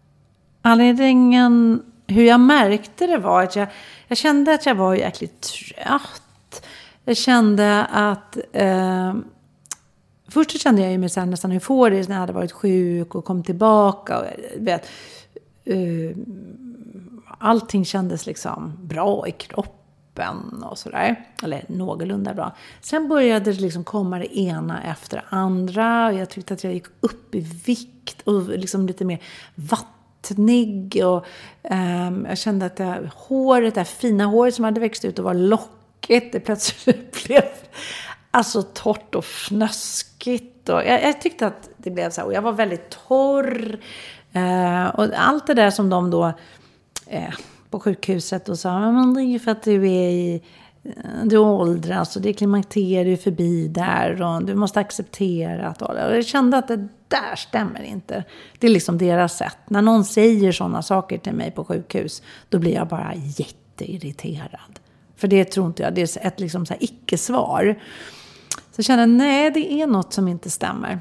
Anledningen hur jag märkte det var att jag, jag kände att jag var jäkligt trött. Jag kände att... Eh, först så kände jag ju mig så här nästan euforisk när jag hade varit sjuk och kom tillbaka. Och, vet, eh, allting kändes liksom bra i kroppen och sådär. Eller någorlunda bra. Sen började det liksom komma det ena efter det andra. Jag tyckte att jag gick upp i vikt och liksom lite mer vattnig. Och um, jag kände att det håret, det här fina håret som hade växt ut och var lockigt, det plötsligt blev alltså torrt och fnöskigt. Och jag, jag tyckte att det blev så här. Och jag var väldigt torr. Uh, och allt det där som de då... Uh, på sjukhuset och sa, men det är ju för att du är i, du åldras och det är klimakterier förbi där och du måste acceptera att, och jag kände att det där stämmer inte. Det är liksom deras sätt. När någon säger sådana saker till mig på sjukhus, då blir jag bara jätteirriterad. För det tror inte jag, det är ett liksom så här icke-svar. Så jag kände, nej, det är något som inte stämmer.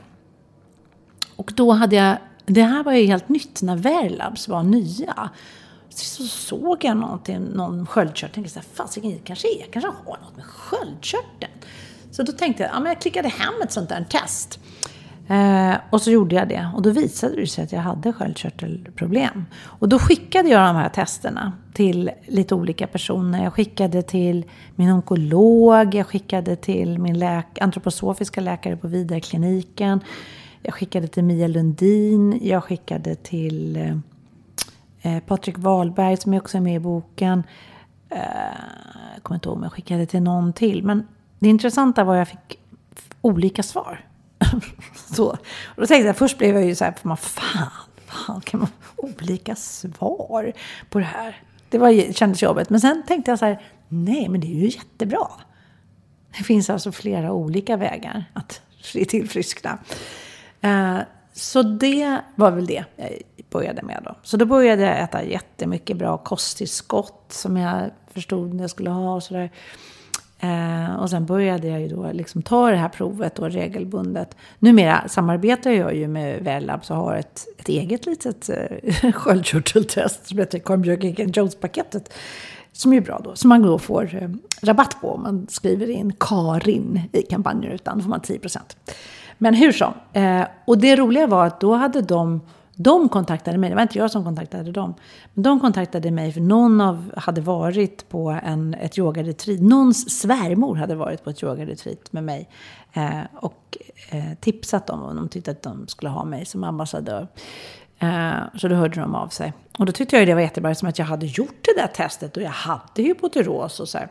Och då hade jag, det här var ju helt nytt när Verlabs var nya. Så såg jag någonting, någon sköldkörtel. Tänkte så här, fasiken, kanske är, kanske har något med sköldkörteln. Så då tänkte jag, ja, men jag klickade hem ett sånt där test. Eh, och så gjorde jag det. Och då visade det sig att jag hade sköldkörtelproblem. Och då skickade jag de här testerna till lite olika personer. Jag skickade till min onkolog. Jag skickade till min läk- antroposofiska läkare på Vidarkliniken. Jag skickade till Mia Lundin. Jag skickade till... Eh, Eh, Patrik Wahlberg som också är med i boken. Eh, jag kommer inte ihåg om jag skickade till någon till. Men det intressanta var att jag fick olika svar. så. Och då tänkte jag, först blev jag ju så här, man, fan, fan kan man olika svar på det här? Det var, kändes jobbigt. Men sen tänkte jag så här, nej men det är ju jättebra. Det finns alltså flera olika vägar att tillfriskna. Eh, så det var väl det jag började med då. Så då började jag äta jättemycket bra kosttillskott som jag förstod när jag skulle ha och sådär. Eh, och sen började jag ju då liksom ta det här provet då regelbundet. Numera samarbetar jag ju med Wellab så har ett, ett eget litet eh, sköldkörteltest som heter Karin Jones-paketet. Som är bra då. Som man då får eh, rabatt på om man skriver in Karin i kampanjrutan. Då får man tio procent. Men hur som. Eh, och det roliga var att då hade de... De kontaktade mig, det var inte jag som kontaktade dem. Men de kontaktade mig för någon av hade varit på en, ett yogaretreat. Någons svärmor hade varit på ett yogaretreat med mig. Eh, och eh, tipsat dem och de tyckte att de skulle ha mig som ambassadör. Eh, så då hörde de av sig. Och då tyckte jag det var jättebra som att jag hade gjort det där testet. Och jag hade hypotyros och så här.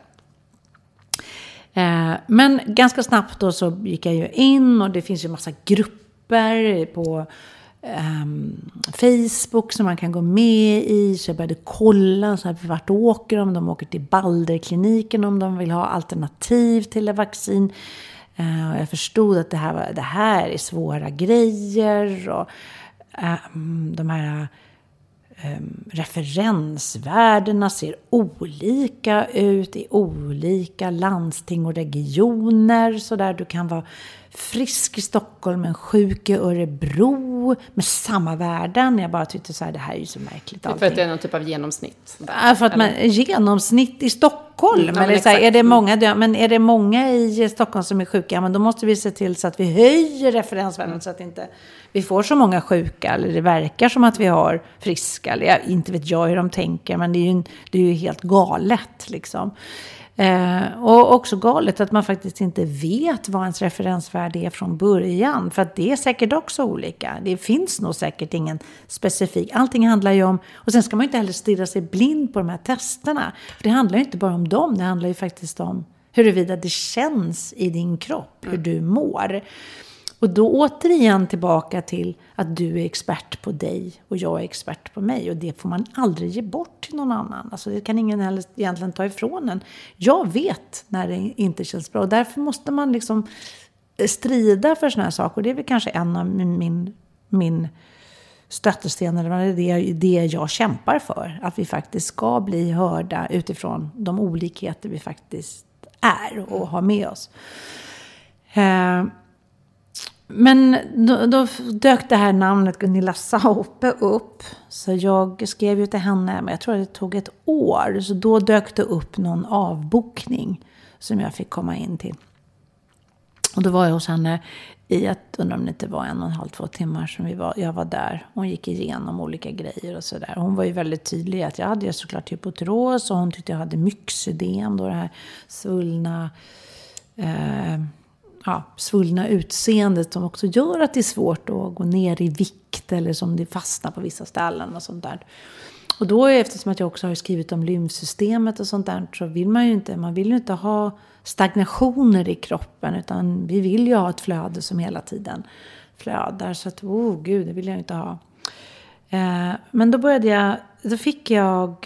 Eh, men ganska snabbt då så gick jag ju in och det finns ju massa grupper på... Um, Facebook som man kan gå med i. Så jag började kolla så här, vart åker de. De åker till Balderkliniken om de vill ha alternativ till vaccin. Uh, och jag förstod att det här, var, det här är svåra grejer. Och um, de här um, referensvärdena ser olika ut i olika landsting och regioner. Så där du kan vara frisk i Stockholm men sjuk i Örebro med samma värden. Jag bara tyckte så här, det här är ju så märkligt. För att det är någon typ av genomsnitt. Ja, för att man, genomsnitt i Stockholm. Mm, eller så här, är det många, men är det många i Stockholm som är sjuka, ja, men då måste vi se till så att vi höjer referensvärden mm. så att inte vi får så många sjuka. Eller det verkar som att vi har friska. Eller jag, inte vet jag hur de tänker, men det är ju, det är ju helt galet liksom. Eh, och också galet att man faktiskt inte vet vad ens referensvärde är från början. För att det är säkert också olika. Det finns nog säkert ingen specifik. Allting handlar ju om... Och sen ska man ju inte heller stirra sig blind på de här testerna. För det handlar ju inte bara om dem. Det handlar ju faktiskt om huruvida det känns i din kropp. Hur du mår. Och då återigen tillbaka till att du är expert på dig och jag är expert på mig. Och det får man aldrig ge bort till någon annan. Alltså det kan ingen heller egentligen ta ifrån en. Jag vet när det inte känns bra. Och därför måste man liksom strida för såna här saker. Och det är väl kanske en av min, min stöttesten. Eller det, det jag kämpar för. Att vi faktiskt ska bli hörda utifrån de olikheter vi faktiskt är och har med oss. Eh, Men då, då dök det här namnet Gunilla Saupe upp. Så jag skrev ju till henne, men jag tror att det tog ett år. Så då dök det upp någon avbokning som jag fick komma in till. Och då var jag hos henne i att, undrar om det inte var en och en halv, två timmar som vi var, jag var där. Hon gick igenom olika grejer och sådär. Hon var ju väldigt tydlig att jag hade ju såklart hypotyros och hon tyckte jag hade myxödem, då det här svullna... Eh, Ja, svullna utseendet som också gör att det är svårt att gå ner i vikt eller som det fastnar på vissa ställen och sånt där. Och då, eftersom att jag också har skrivit om lymfsystemet och sånt där, så vill man ju inte, man vill ju inte ha stagnationer i kroppen, utan vi vill ju ha ett flöde som hela tiden flödar. Så att, oh gud, det vill jag inte ha. Eh, men då började jag, då fick jag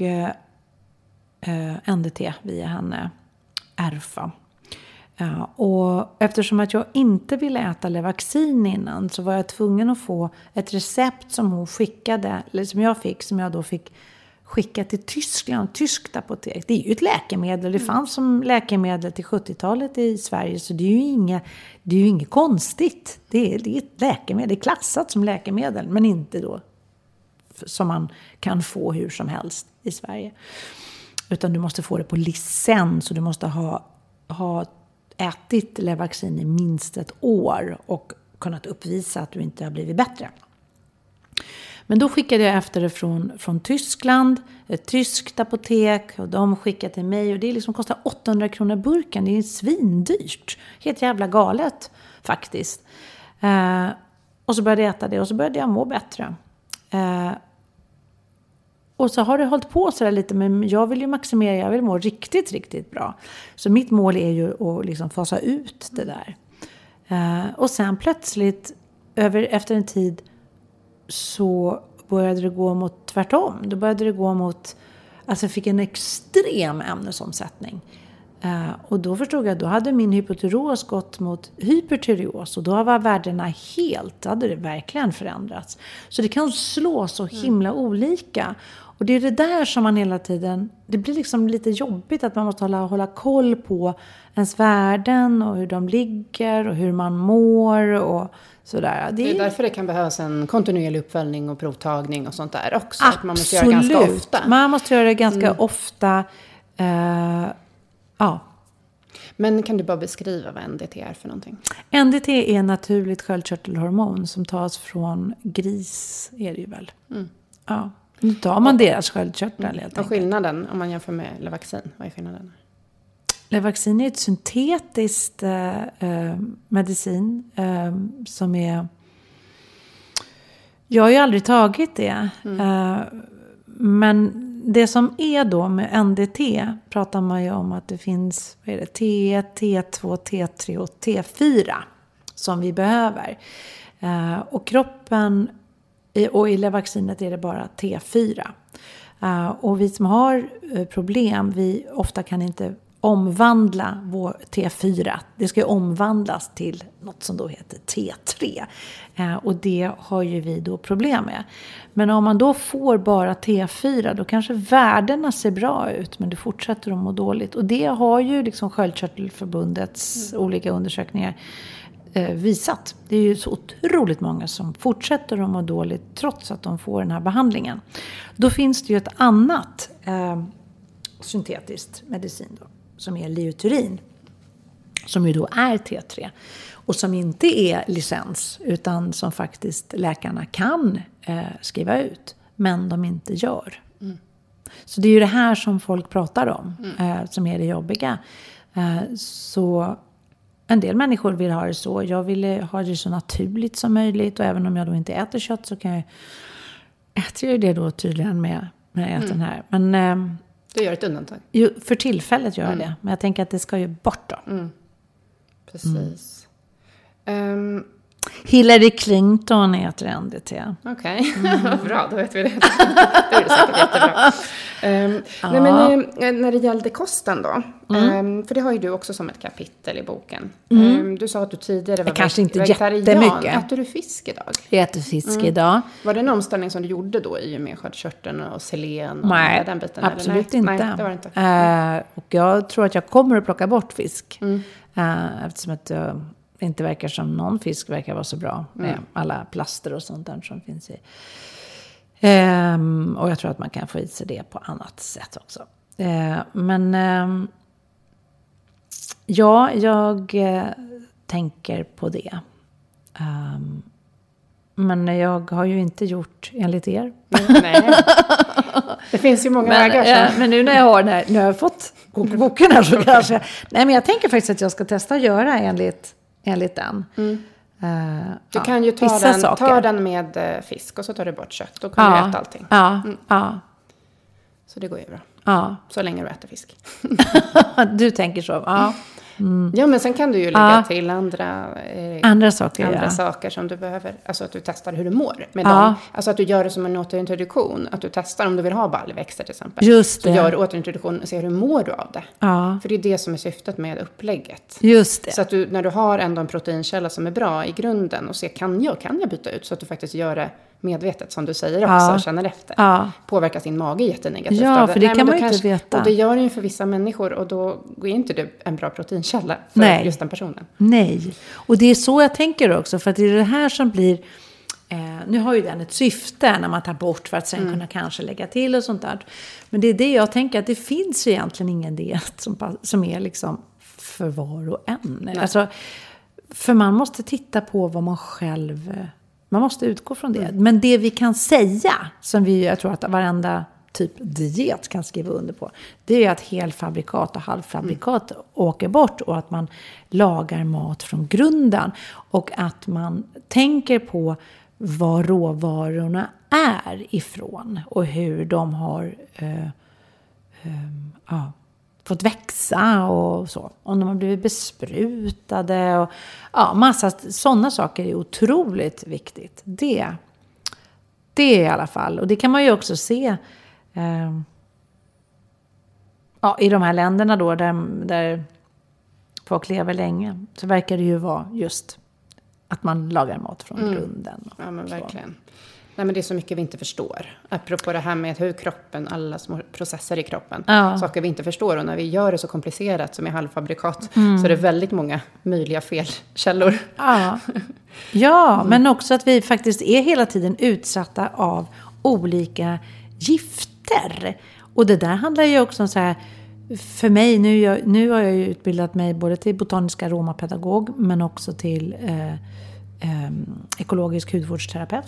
eh, N D T via henne, R F A. Ja, och eftersom att jag inte ville äta Levaxin innan, så var jag tvungen att få ett recept som hon skickade, eller som jag fick, som jag då fick skicka till Tyskland, tyskt apotek. Det är ju ett läkemedel, det fanns som läkemedel till sjuttiotalet i Sverige, så det är ju inget, det är ju inget konstigt. Det är, det är ett läkemedel, det är klassat som läkemedel, men inte då som man kan få hur som helst i Sverige. Utan du måste få det på licens, och du måste ha, ha ätit Levaxin i minst ett år och kunnat uppvisa att du inte har blivit bättre. Men då skickade jag efter det från, från Tyskland, ett tyskt apotek, och de skickade till mig, och det liksom kostar åttahundra kronor burken. Det är svindyrt. Helt jävla galet faktiskt. Eh, och så började jag äta det, och så började jag må bättre. Eh, Och så har det hållit på så där lite, men jag vill ju maximera, jag vill må riktigt, riktigt bra. Så mitt mål är ju att liksom fasa ut det där. Uh, och sen plötsligt, över, efter en tid, så började det gå mot tvärtom. Då började det gå mot, alltså jag fick en extrem ämnesomsättning. Uh, och då förstod jag att då hade min hypotyreos gått mot hypertyreos. Och då var värdena helt, då hade det verkligen förändrats. Så det kan slå så himla mm. olika. Och det är det där som man hela tiden, det blir liksom lite jobbigt att man måste hålla, hålla koll på ens värden och hur de ligger och hur man mår och sådär. Det är, det är därför det kan behövas en kontinuerlig uppföljning och provtagning och sånt där också. Absolut. Att man måste göra det ganska ofta. Man måste göra det ganska mm. ofta. Uh, ja. Men kan du bara beskriva vad N D T är för någonting? N D T är naturligt sköldkörtelhormon som tas från gris, är det ju väl. Mm. Ja. Nu tar man och, deras sköldkörtel helt enkelt. Och skillnaden om man jämför med Levaxin, vad är skillnaden? Levaxin är ett syntetiskt eh, eh, medicin eh, som är... Jag har ju aldrig tagit det. Mm. Eh, men det som är då med N D T pratar man ju om att det finns vad är det, T ett, T två, T tre och T fyra som vi behöver. Eh, och kroppen... Och i Levaxinet är det bara T fyra. Uh, och vi som har uh, problem, vi ofta kan inte omvandla vår T fyra. Det ska ju omvandlas till något som då heter T tre. Uh, och det har ju vi då problem med. Men om man då får bara T fyra, då kanske värdena ser bra ut, men du fortsätter att må dåligt. Och det har ju liksom Sköldkörtelförbundets mm. olika undersökningar visat. Det är ju så otroligt många som fortsätter att må dåligt trots att de får den här behandlingen. Då finns det ju ett annat eh, syntetiskt medicin då, som är liuterin, som ju då är T tre och som inte är licens utan som faktiskt läkarna kan eh, skriva ut, men de inte gör. Mm. Så det är ju det här som folk pratar om mm. eh, som är det jobbiga. Eh, så en del människor vill ha det så. Jag vill ha det så naturligt som möjligt. Och även om jag då inte äter kött så kan jag äta ju det då tydligen med när jag äter mm. den här. Men, eh, du gör ett undantag? Ju, för tillfället gör jag mm. det. Men jag tänker att det ska ju bort då. Mm. Precis. Mm. Um, Hillary Clinton äter N D T. Okej, okay. mm. Vad bra, då vet vi det. Det är det säkert jättebra. Um, ja. Nej, men uh, när det gällde kosten då. Mm. Um, för det har ju du också som ett kapitel i boken. Mm. Um, du sa att du tidigare var kanske inte vegetarian. Jättemycket. Äter du fisk idag? Jag äter fisk mm. idag. Var det en omställning som du gjorde då i och med sköldkörteln och selen och Nej, den biten? absolut eller? inte. Nej, det var det inte. Mm. Uh, och jag tror att jag kommer att plocka bort fisk. Mm. Uh, eftersom att uh, det inte verkar som någon fisk verkar vara så bra. Med mm. alla plaster och sånt där som finns i. Um, och jag tror att man kan få i sig det på annat sätt också. Uh, men um, ja, jag uh, tänker på det. Um, men jag har ju inte gjort enligt er. Mm, nej. Det finns ju många men, vägar. Uh, men nu när jag har, när, när jag har fått kokboken här så kanske... Nej, men jag tänker faktiskt att jag ska testa att göra enligt, enligt den. Mm. Uh, du ja, kan ju ta den, ta den med uh, fisk och så tar du bort kött. Då kan ja, du äta allting. Ja, mm. ja. Så det går ju bra. Ja. Så länge du äter fisk. Du tänker så, ja. Mm. Ja, men sen kan du ju lägga ja. till andra, eh, andra, saker, andra ja. saker som du behöver. Alltså att du testar hur du mår med ja. dem. Alltså att du gör det som en återintroduktion. Att du testar om du vill ha baljväxter till exempel. Just det. Så gör du återintroduktion och ser hur mår du av det. Ja. För det är det som är syftet med upplägget. Just det. Så att du, när du har ändå en proteinkälla som är bra i grunden och ser kan jag, kan jag byta ut så att du faktiskt gör det medvetet som du säger också ja. och känner efter. Ja. Påverkas din mage jättenegativt. Ja, för det Nej, kan man ju kanske, inte veta. Och det gör det ju för vissa människor och då går inte det en bra proteinkälla för Nej. just den personen. Nej, och det är så jag tänker också. För att det är det här som blir... Eh, nu har ju den ett syfte när man tar bort för att sen mm. kunna kanske lägga till och sånt där. Men det är det jag tänker att det finns ju egentligen ingen diet som, som är liksom för var och en. Alltså, för man måste titta på vad man själv... Man måste utgå från det. Mm. Men det vi kan säga, som vi, jag tror att varenda typ diet kan skriva under på, det är att helfabrikat och halvfabrikat mm. åker bort och att man lagar mat från grunden. Och att man tänker på vad råvarorna är ifrån och hur de har eh, eh, ja, fått växa och så. Om de har blivit besprutade och ja, massa sådana saker är otroligt viktigt. Det, det är i alla fall. Och det kan man ju också se. Eh, ja, i de här länderna då där, där folk lever länge så verkar det ju vara just att man lagar mat från mm. grunden. Ja, men verkligen. Nej, men det är så mycket vi inte förstår. Apropå det här med hur kroppen, alla små processer i kroppen. Ja. Saker vi inte förstår. Och när vi gör det så komplicerat som i halvfabrikat. Mm. Så är det väldigt många möjliga felkällor. Ja, ja mm. men också att vi faktiskt är hela tiden utsatta av olika gifter. Och det där handlar ju också om så här. För mig, nu, jag, nu har jag ju utbildat mig både till botanisk aromapedagog. Men också till eh, eh, ekologisk hudvårdsterapeut.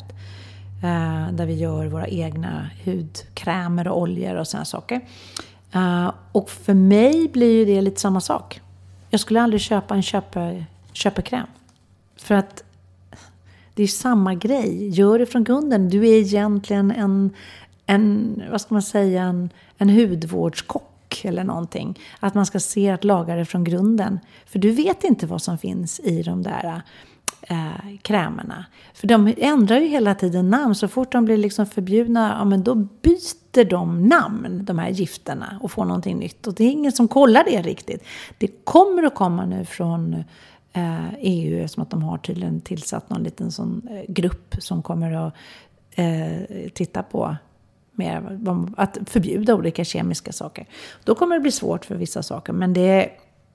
Uh, där vi gör våra egna hudkrämer och oljor och sådana saker. Uh, och för mig blir ju det lite samma sak. Jag skulle aldrig köpa en köpe, köpekräm. För att det är samma grej. Gör det från grunden. Du är egentligen en, en vad ska man säga, en, en hudvårdskock eller någonting. Att man ska se att laga det från grunden. För du vet inte vad som finns i de där Eh, krämerna. För de ändrar ju hela tiden namn. Så fort de blir liksom förbjudna, ja, men då byter de namn, de här gifterna, och får någonting nytt. Och det är ingen som kollar det riktigt. Det kommer att komma nu från eh, E U, som att de har tydligen tillsatt någon liten sån eh, grupp som kommer att eh, titta på mer, att förbjuda olika kemiska saker. Då kommer det bli svårt för vissa saker, men det är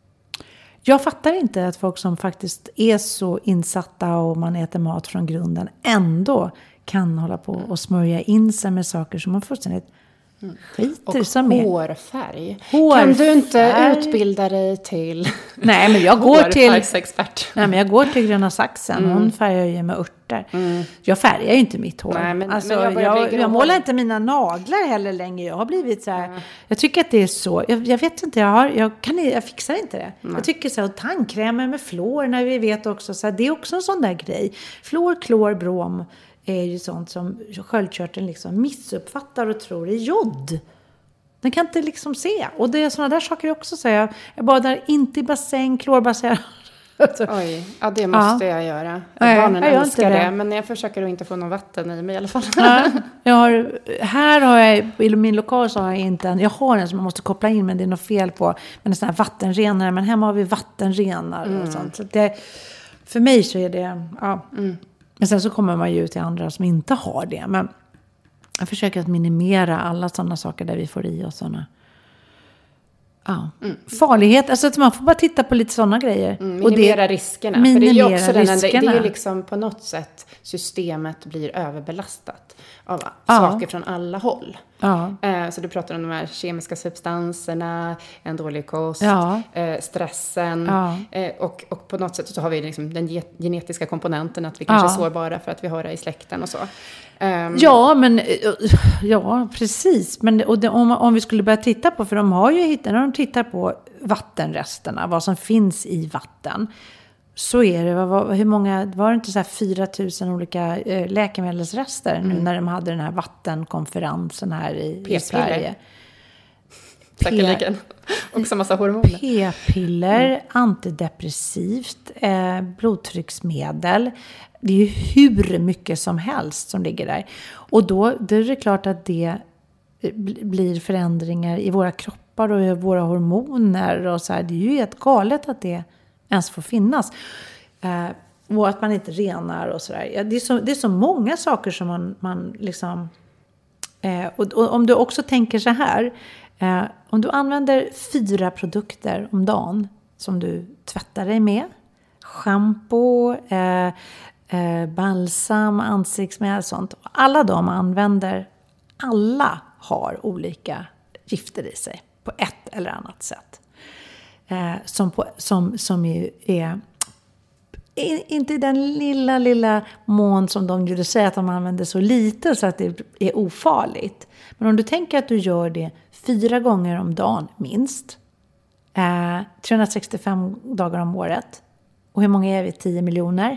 jag fattar inte att folk som faktiskt är så insatta och man äter mat från grunden ändå kan hålla på och smörja in sig med saker som man fullständigt mm. skiter och som är. Hårfärg. Hårfärg. Kan du inte utbilda dig till Nej, men jag går till hårfärgsexpert? Nej, men jag går till Gröna Saxen. Mm. Hon färgar ju med örter. Mm. Jag färgar ju inte mitt hår. Nej, men, alltså, men jag, jag, jag målar inte mina naglar heller längre. Jag har blivit så här. Mm. Jag tycker att det är så. Jag, jag vet inte. Jag, har, jag, kan, jag fixar inte det. Mm. Jag tycker så här. Och tandkrämer med fluor. När vi vet också så här, det är också en sån där grej. Fluor, klor, brom är ju sånt som sköldkörteln liksom missuppfattar och tror är jod. Den kan inte liksom se. Och det är såna där saker också. Så jag, jag badar inte i bassäng, klorbasäng. Oj, ja det måste ja. jag göra. Nej, barnen jag älskar det. det. Men jag försöker att inte få någon vatten i mig i alla fall. Ja, jag har, här har jag, i min lokal så har jag inte en, jag har en som man måste koppla in, men det är något fel på. Men en sån här vattenrenare, men hemma har vi vattenrenar mm. och sånt. Så det, för mig så är det, ja. Mm. Men sen så kommer man ju till andra som inte har det. Men jag försöker att minimera alla sådana saker där vi får i oss sådana. Ja. Mm. Farlighet, alltså att man får bara titta på lite sådana grejer. Mm, minimera och det, riskerna. Minimera för det är ju också riskerna. Den, det är liksom på något sätt systemet blir överbelastat av ja. saker från alla håll. Ja. Eh, så du pratar om de här kemiska substanserna, en dålig kost, ja. eh, stressen. Ja. Eh, och, och på något sätt så har vi liksom den ge- genetiska komponenten att vi kanske ja. är sårbara för att vi har det i släkten och så. Um, ja, men ja, precis. Men och det, om, om vi skulle börja titta på, för de har ju hittat, när de tittar på vattenresterna, vad som finns i vatten, så är det, vad, hur många, var det inte så här fyra tusen olika eh, läkemedelsrester mm. nu när de hade den här vattenkonferensen här i, i Sverige? Säkerligen. Också massa hormoner. P-piller, mm. antidepressivt, eh, blodtrycksmedel. Det är ju hur mycket som helst som ligger där. Och då, då är det klart att det blir förändringar i våra kroppar och i våra hormoner. Och så här. Det är ju helt galet att det ens får finnas. Eh, och att man inte renar och sådär. Ja, det, är så, det är så många saker som man, man liksom... Eh, och, och om du också tänker så här... Eh, om du använder fyra produkter om dagen som du tvättar dig med, shampoo, eh, eh, balsam, ansiktsmedel och sånt. Alla de använder, alla har olika gifter i sig på ett eller annat sätt. Eh, som, på, som, som är, är inte i den lilla, lilla mån som de gjorde säga att de använder så lite så att det är ofarligt. Men om du tänker att du gör det fyra gånger om dagen minst, eh, trehundrasextiofem dagar om året, och hur många är vi? tio miljoner.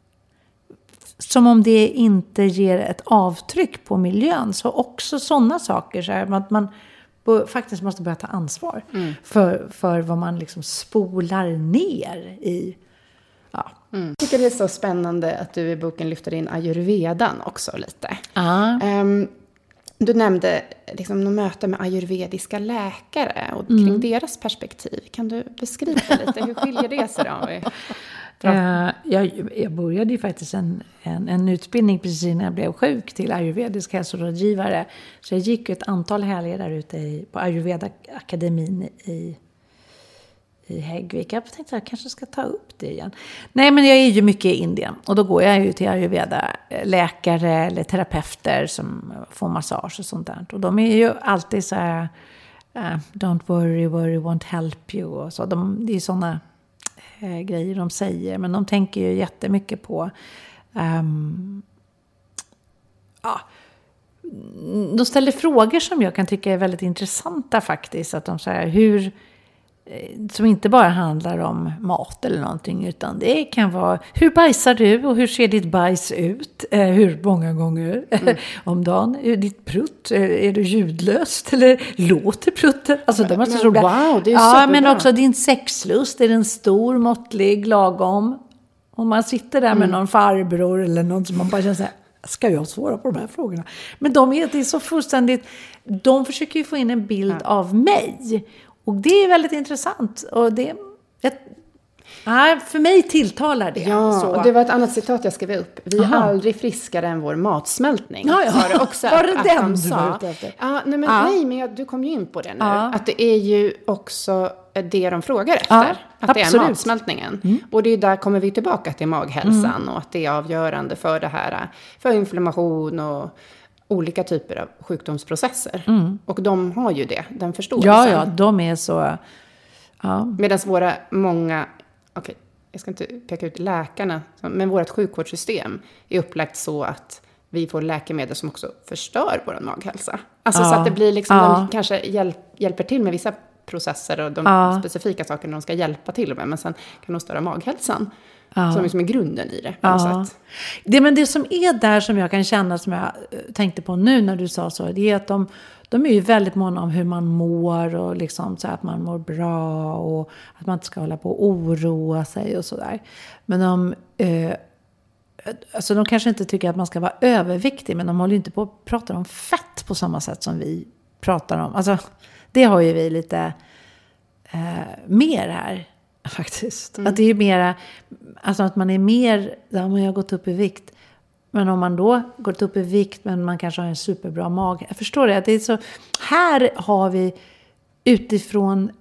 Som om det inte ger ett avtryck på miljön, så också sådana saker så här, att man faktiskt måste börja ta ansvar mm. för, för vad man liksom spolar ner i. Ja. Mm. Jag tycker det är så spännande att du i boken lyfter in ayurvedan också lite. Ah. Um, Du nämnde liksom något möte med ayurvediska läkare och kring mm. deras perspektiv. Kan du beskriva lite? Hur skiljer det sig då? Uh, jag, jag började ju faktiskt en, en, en utbildning precis innan jag blev sjuk till ayurvedisk hälsorådgivare. Så jag gick ett antal helger där ute i, på Ayurveda-akademin i, i Häggvik. Jag tänkte att jag kanske ska ta upp det igen. Nej, men jag är ju mycket i Indien. Och då går jag ju till ayurveda-läkare eller terapeuter som får massage och sånt där. Och de är ju alltid så här, uh, don't worry, worry won't help you. Och så. De, det är sådana grejer de säger, men de tänker ju jättemycket på um, ja, de ställer frågor som jag kan tycka är väldigt intressanta faktiskt, att de säger hur, som inte bara handlar om mat eller någonting, utan det kan vara hur bajsar du och hur ser ditt bajs ut, eh, hur många gånger mm. om dagen, är ditt prutt, är du ljudlöst eller låter prutten, alltså de är så roliga. Wow, det är ja, men också din sexlust, är den stor, måttlig, lagom, om man sitter där med mm. någon farbror eller någon som man bara känner så här, ska jag svara på de här frågorna? Men de är, det är så fullständigt, de försöker ju få in en bild ja. av mig. Och det är väldigt intressant. Och det, jag, nej, för mig tilltalar det. Ja, så. Och det var ett annat citat jag skrev upp. Vi är aldrig friskare än vår matsmältning. Ja, ja. Var det också var det att, den att de du sa. var ute efter? Ja, nej, men, ja. nej, men jag, du kom ju in på det nu. Ja. Att det är ju också det de frågar efter. Ja, att absolut. det är matsmältningen. Mm. Och det är där kommer vi tillbaka till maghälsan. Mm. Och att det är avgörande för det här. För inflammation och olika typer av sjukdomsprocesser. Mm. Och de har ju det, den förståelsen. Ja, ja, de är så... Ja. Medan våra många, okej, okay, jag ska inte peka ut läkarna, men vårt sjukvårdssystem är upplagt så att vi får läkemedel som också förstör vår maghälsa. Alltså ja. så att det blir liksom, ja. de kanske hjälp, hjälper till med vissa processer och de ja. specifika sakerna de ska hjälpa till med, men sen kan de störa maghälsan. Ja. Som liksom är grunden i det. På ja. sätt. Det, men det som är där som jag kan känna, som jag tänkte på nu när du sa så, det är att de, de är ju väldigt måna om hur man mår och liksom så att man mår bra och att man inte ska hålla på och oroa sig och sådär. Men de, eh, alltså de kanske inte tycker att man ska vara överviktig, men de håller inte på att prata om fett på samma sätt som vi pratar om. Alltså det har ju vi lite eh, mer här. Faktiskt. Mm. Att det är mera, alltså att man är mer, ja, man har gått upp i vikt. Men om man då gått upp i vikt men man kanske har en superbra mage. Jag förstår det. Att det är så, här har vi utifrån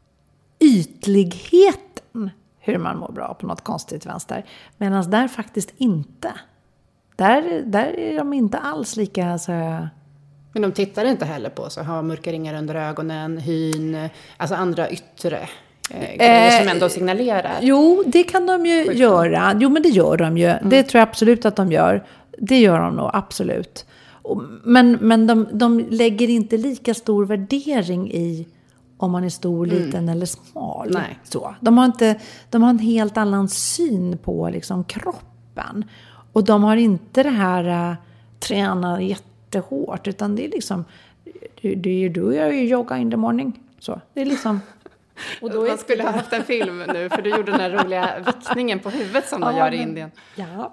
ytligheten hur man mår bra på något konstigt vänster. Medan där faktiskt inte. Där, där är de inte alls lika så. Men de tittar inte heller på så ha mörka ringar under ögonen, hyn, alltså andra yttre grejer som ändå signalerar. Jo, det kan de ju sjukdom. göra. Jo, men det gör de ju. Mm. Det tror jag absolut att de gör. Det gör de nog, absolut. Men, men de, de lägger inte lika stor värdering i om man är stor, liten mm. eller smal. Nej. Så. De, har inte, de har en helt annan syn på liksom, kroppen. Och de har inte det här uh, träna jättehårt. Utan det är liksom, du, du, du gör ju yoga in the morning. Så, det är liksom... Och då man skulle ha haft en film nu, för du gjorde den här roliga vickningen på huvudet som de ja, gör i Indien. Ja.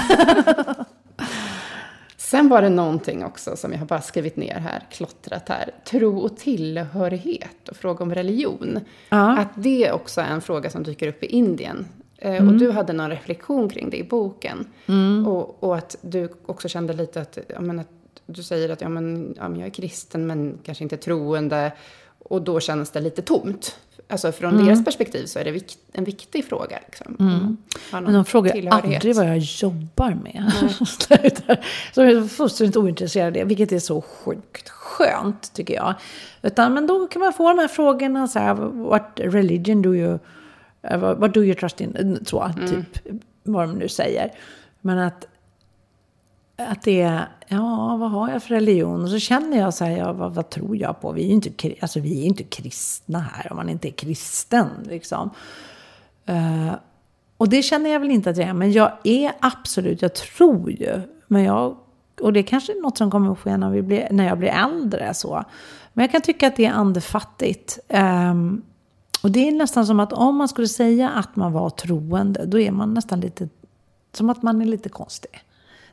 Sen var det någonting också som jag har bara skrivit ner här, klottrat här. Tro och tillhörighet och fråga om religion. Ja. Att det också är en fråga som dyker upp i Indien. Mm. Och du hade någon reflektion kring det i boken. Mm. Och, och att du också kände lite att, ja, men att du säger att ja, men, ja, men jag är kristen men kanske inte troende. Och då känns det lite tomt. Alltså från mm. deras perspektiv så är det vikt, en viktig fråga. Liksom. Mm. Men de frågar aldrig vad jag jobbar med. Så jag är fullständigt ointresserad av det. Vilket är så sjukt skönt tycker jag. Utan, men då kan man få de här frågorna. Så här, what religion do you... Uh, what do you trust in? Så, mm. typ vad de nu säger. Men att... Att det är, ja, vad har jag för religion? Och så känner jag så här, ja, vad, vad tror jag på? Vi är ju inte, alltså, vi är inte kristna här, om man inte är kristen, liksom. Uh, och det känner jag väl inte att jag är, men jag är absolut, jag tror ju, men jag, och det är kanske är något som kommer att ske när, vi blir, när jag blir äldre, så. Men jag kan tycka att det är andefattigt. Um, och det är nästan som att om man skulle säga att man var troende, då är man nästan lite, som att man är lite konstig.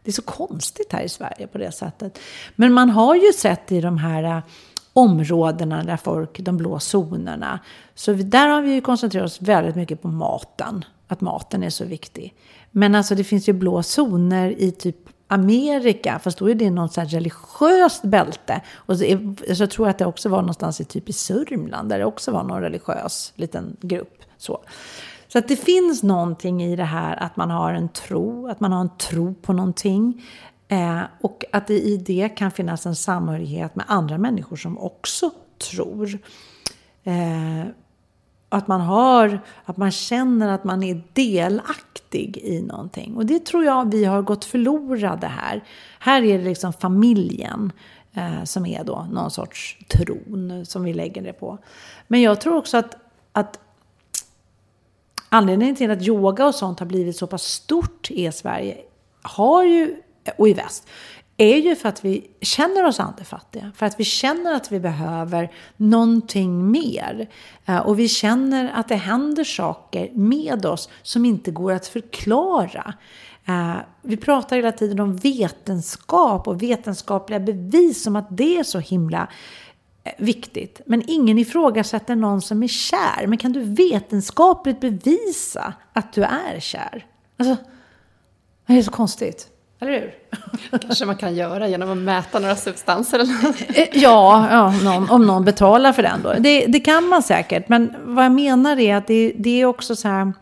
Det är så konstigt här i Sverige på det sättet. Men man har ju sett i de här områdena där folk, de blå zonerna. Så där har vi ju koncentrerat oss väldigt mycket på maten. Att maten är så viktig. Men alltså det finns ju blå zoner i typ Amerika. Fast då är det något så här religiöst bälte. Och så, är, så jag tror att det också var någonstans i typ i Sörmland. Där det också var någon religiös liten grupp. Så. Så att det finns någonting i det här att man har en tro. Att man har en tro på någonting. Eh, och att det i det kan finnas en samhörighet med andra människor som också tror. Eh, att man har, att man känner att man är delaktig i någonting. Och det tror jag vi har gått förlorade här. Här är det liksom familjen eh, som är då någon sorts tron som vi lägger det på. Men jag tror också att, att anledningen till att yoga och sånt har blivit så pass stort i Sverige har ju, och i väst, är ju för att vi känner oss andefattiga. För att vi känner att vi behöver någonting mer. Och vi känner att det händer saker med oss som inte går att förklara. Vi pratar hela tiden om vetenskap och vetenskapliga bevis om att det är så himla viktigt. Men ingen ifrågasätter någon som är kär. Men kan du vetenskapligt bevisa att du är kär? Alltså, det är så konstigt. Eller hur? Kanske man kan göra genom att mäta några substanser eller något. Ja, ja någon, om någon betalar för den då. Det, det kan man säkert. Men vad jag menar är att det, det är också så här.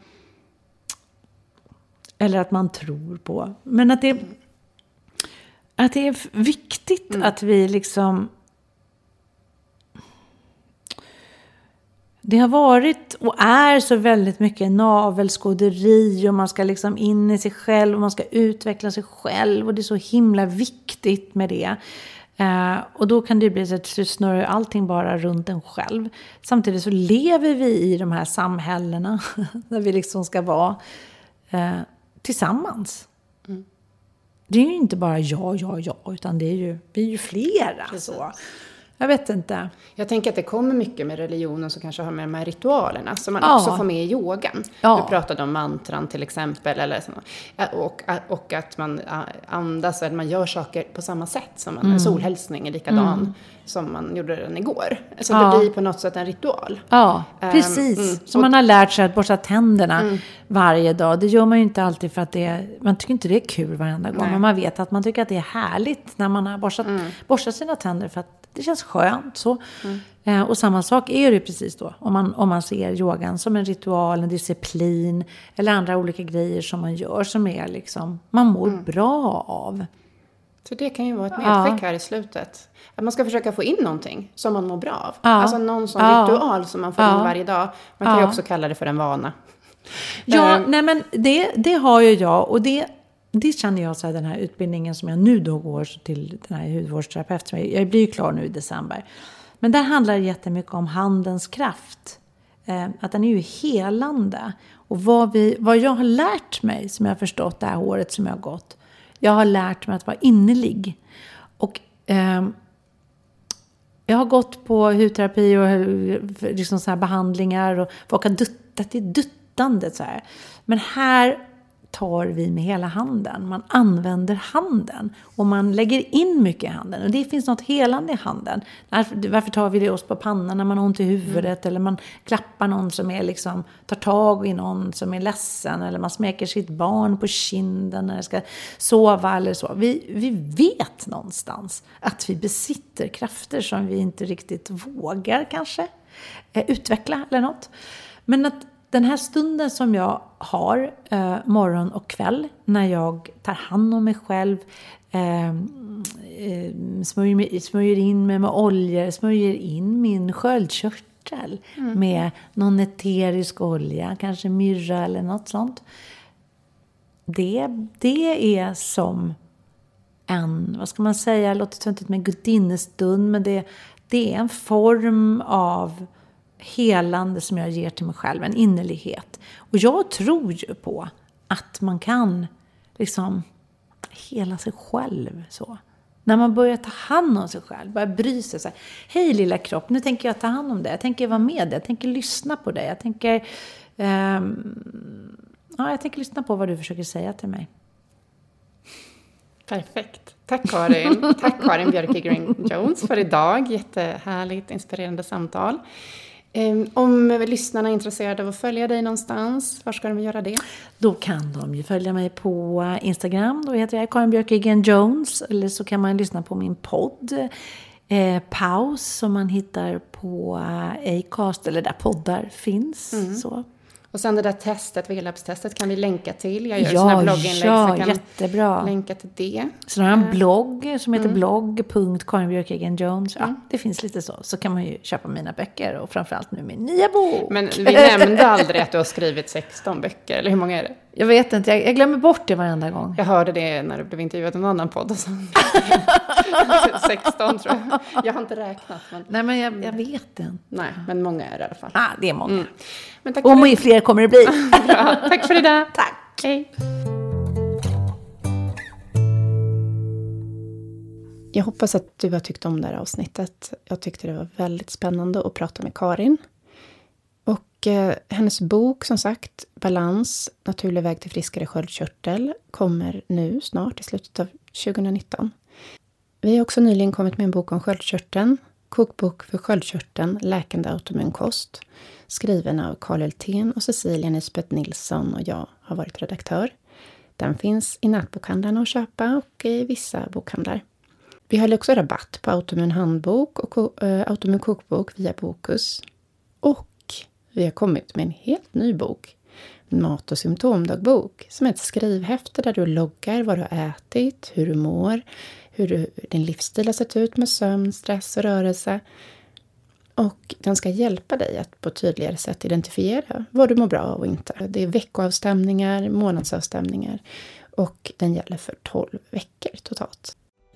Eller att man tror på. Men att det, att det är viktigt mm. att vi liksom. Det har varit och är så väldigt mycket navelskåderi och man ska liksom in i sig själv och man ska utveckla sig själv och det är så himla viktigt med det. Eh, och då kan det bli så att det snurrar allting bara runt en själv. Samtidigt så lever vi i de här samhällena där vi liksom ska vara eh, tillsammans. Mm. Det är ju inte bara ja, ja, ja utan det är ju, vi är ju flera så. Jag vet inte. Jag tänker att det kommer mycket med religionen som kanske har med de här ritualerna som man ja. också får med i yogan. Ja. Du pratade om mantran till exempel. Eller så, och, och att man andas eller man gör saker på samma sätt. Som man, mm. En solhälsning är likadan mm. som man gjorde den igår. Så ja. Det blir på något sätt en ritual. Ja, precis. Um, mm. Så man har lärt sig att borsta tänderna mm. varje dag. Det gör man ju inte alltid för att det är, man tycker inte det är kul varenda gång. Nej. Men man vet att man tycker att det är härligt när man har borstat, mm. borstat sina tänder för att det känns skönt så. Mm. Eh, och samma sak är det precis då. Om man, om man ser yogan som en ritual, en disciplin. Eller andra olika grejer som man gör som är liksom, man mår mm. bra av. Så det kan ju vara ett medskick ja. Här i slutet. Att man ska försöka få in någonting som man mår bra av. Ja. Alltså någon sån ja. Ritual som man får ja. In varje dag. Man kan ja. Ju också kalla det för en vana. Ja, um, nej men det, det har ju jag. Och det... Det känner jag så här, den här utbildningen som jag nu då går till den här hudvårdsterapeut. Jag blir ju klar nu i december. Men där handlar det jättemycket om handens kraft. Eh, att den är ju helande. Och vad, vi, vad jag har lärt mig som jag har förstått det här året som jag har gått. Jag har lärt mig att vara innerlig. Och eh, jag har gått på hudterapi och liksom så här behandlingar. Och folk har duttat i duttandet så här. Men här tar vi med hela handen. Man använder handen. Och man lägger in mycket i handen. Och det finns något helande i handen. Varför tar vi det oss på pannan när man har ont i huvudet? Mm. Eller man klappar någon som är liksom, tar tag i någon som är ledsen. Eller man smäker sitt barn på kinden när det ska sova eller så. Vi, vi vet någonstans att vi besitter krafter som vi inte riktigt vågar kanske eh, utveckla eller något. Men att den här stunden som jag har eh, morgon och kväll när jag tar hand om mig själv, eh, eh, smörjer, smörjer in mig med oljor, smörjer in min sköldkörtel mm. med någon eterisk olja, kanske myrra eller något sånt. Det, det är som en, vad ska man säga, låter töntigt med gudinnestund, men det, det är en form av helande som jag ger till mig själv, en innerlighet. Och jag tror ju på att man kan liksom hela sig själv så. När man börjar ta hand om sig själv, börjar bry sig så här, hej lilla kropp, nu tänker jag ta hand om dig. Jag tänker vara med dig, jag tänker lyssna på dig. Jag tänker um, ja, jag tänker lyssna på vad du försöker säga till mig. Perfekt. Tack Karin. Tack Karin Björkegren Jones för idag. Jättehärligt, inspirerande samtal. Om lyssnarna är intresserade av att följa dig någonstans, var ska de göra det? Då kan de ju följa mig på Instagram. Då heter jag Karin Björkegren Jones. Eller så kan man lyssna på min podd eh, Paus som man hittar på Acast eller där poddar finns. Mm. Så. Och sen det där testet, Vegalabs-testet kan vi länka till. Jag gör ja, sådana blogginlägg ja, så jag kan jättebra. länka till det. Så har jag en blogg som heter mm. blogg punkt karin björkegren jones. Ja, mm. det finns lite så. Så kan man ju köpa mina böcker och framförallt nu min nya bok. Men vi nämnde aldrig att du har skrivit sexton böcker, eller hur många är det? Jag vet inte, jag, jag glömmer bort det varenda gång. Jag hörde det när du blev intervjuad i en annan podd. Och så. sexton tror jag. Jag har inte räknat. Men... Nej, men jag, jag vet inte. Nej, men många är det i alla fall. Ah, det är många. Mm. Men tack och för fler kommer det bli. Bra. Tack för idag. Tack. Hej. Jag hoppas att du har tyckt om det här avsnittet. Jag tyckte det var väldigt spännande att prata med Karin. Och eh, hennes bok, som sagt, Balans, naturlig väg till friskare sköldkörtel, kommer nu snart i slutet av tjugonitton. Vi har också nyligen kommit med en bok om sköldkörteln, kokbok för sköldkörteln, läkande autoimmunkost, skriven av Karl Hultén och Cecilia Nisbeth Nilsson, och jag har varit redaktör. Den finns i nätbokhandlarna att köpa och i vissa bokhandlar. Vi har också rabatt på autoimmun handbok och äh, autoimmun kokbok via Bokus. Och vi har kommit med en helt ny bok, mat- och symptomdagbok, som är ett skrivhäfte där du loggar vad du har ätit, hur du mår, hur du, din livsstil har sett ut med sömn, stress och rörelse. Och den ska hjälpa dig att på ett tydligare sätt identifiera vad du mår bra av och inte. Det är veckoavstämningar, månadsavstämningar, och den gäller för tolv veckor totalt.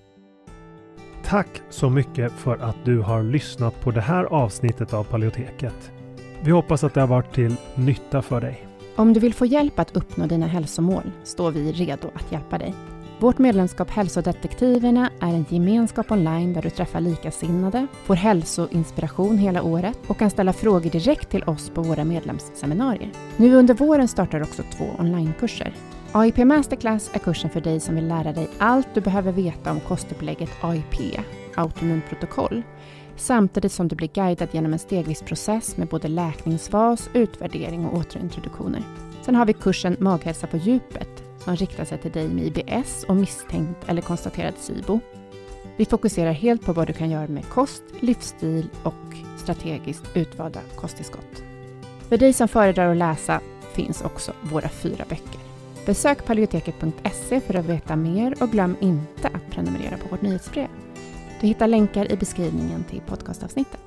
Tack så mycket för att du har lyssnat på det här avsnittet av Paleoteket. Vi hoppas att det har varit till nytta för dig. Om du vill få hjälp att uppnå dina hälsomål står vi redo att hjälpa dig. Vårt medlemskap Hälsodetektiverna är en gemenskap online där du träffar likasinnade, får hälsoinspiration hela året och kan ställa frågor direkt till oss på våra medlemsseminarier. Nu under våren startar också två onlinekurser. A I P Masterclass är kursen för dig som vill lära dig allt du behöver veta om kostupplägget A I P, autoimmunprotokoll, samtidigt som du blir guidad genom en stegvis process med både läkningsfas, utvärdering och återintroduktioner. Sen har vi kursen Maghälsa på djupet som riktar sig till dig med I B S och misstänkt eller konstaterad SIBO. Vi fokuserar helt på vad du kan göra med kost, livsstil och strategiskt utvalda kosttillskott. För dig som föredrar att läsa finns också våra fyra böcker. Besök paleoteket punkt se för att veta mer och glöm inte att prenumerera på vårt nyhetsbrev. Du hittar länkar i beskrivningen till podcastavsnittet.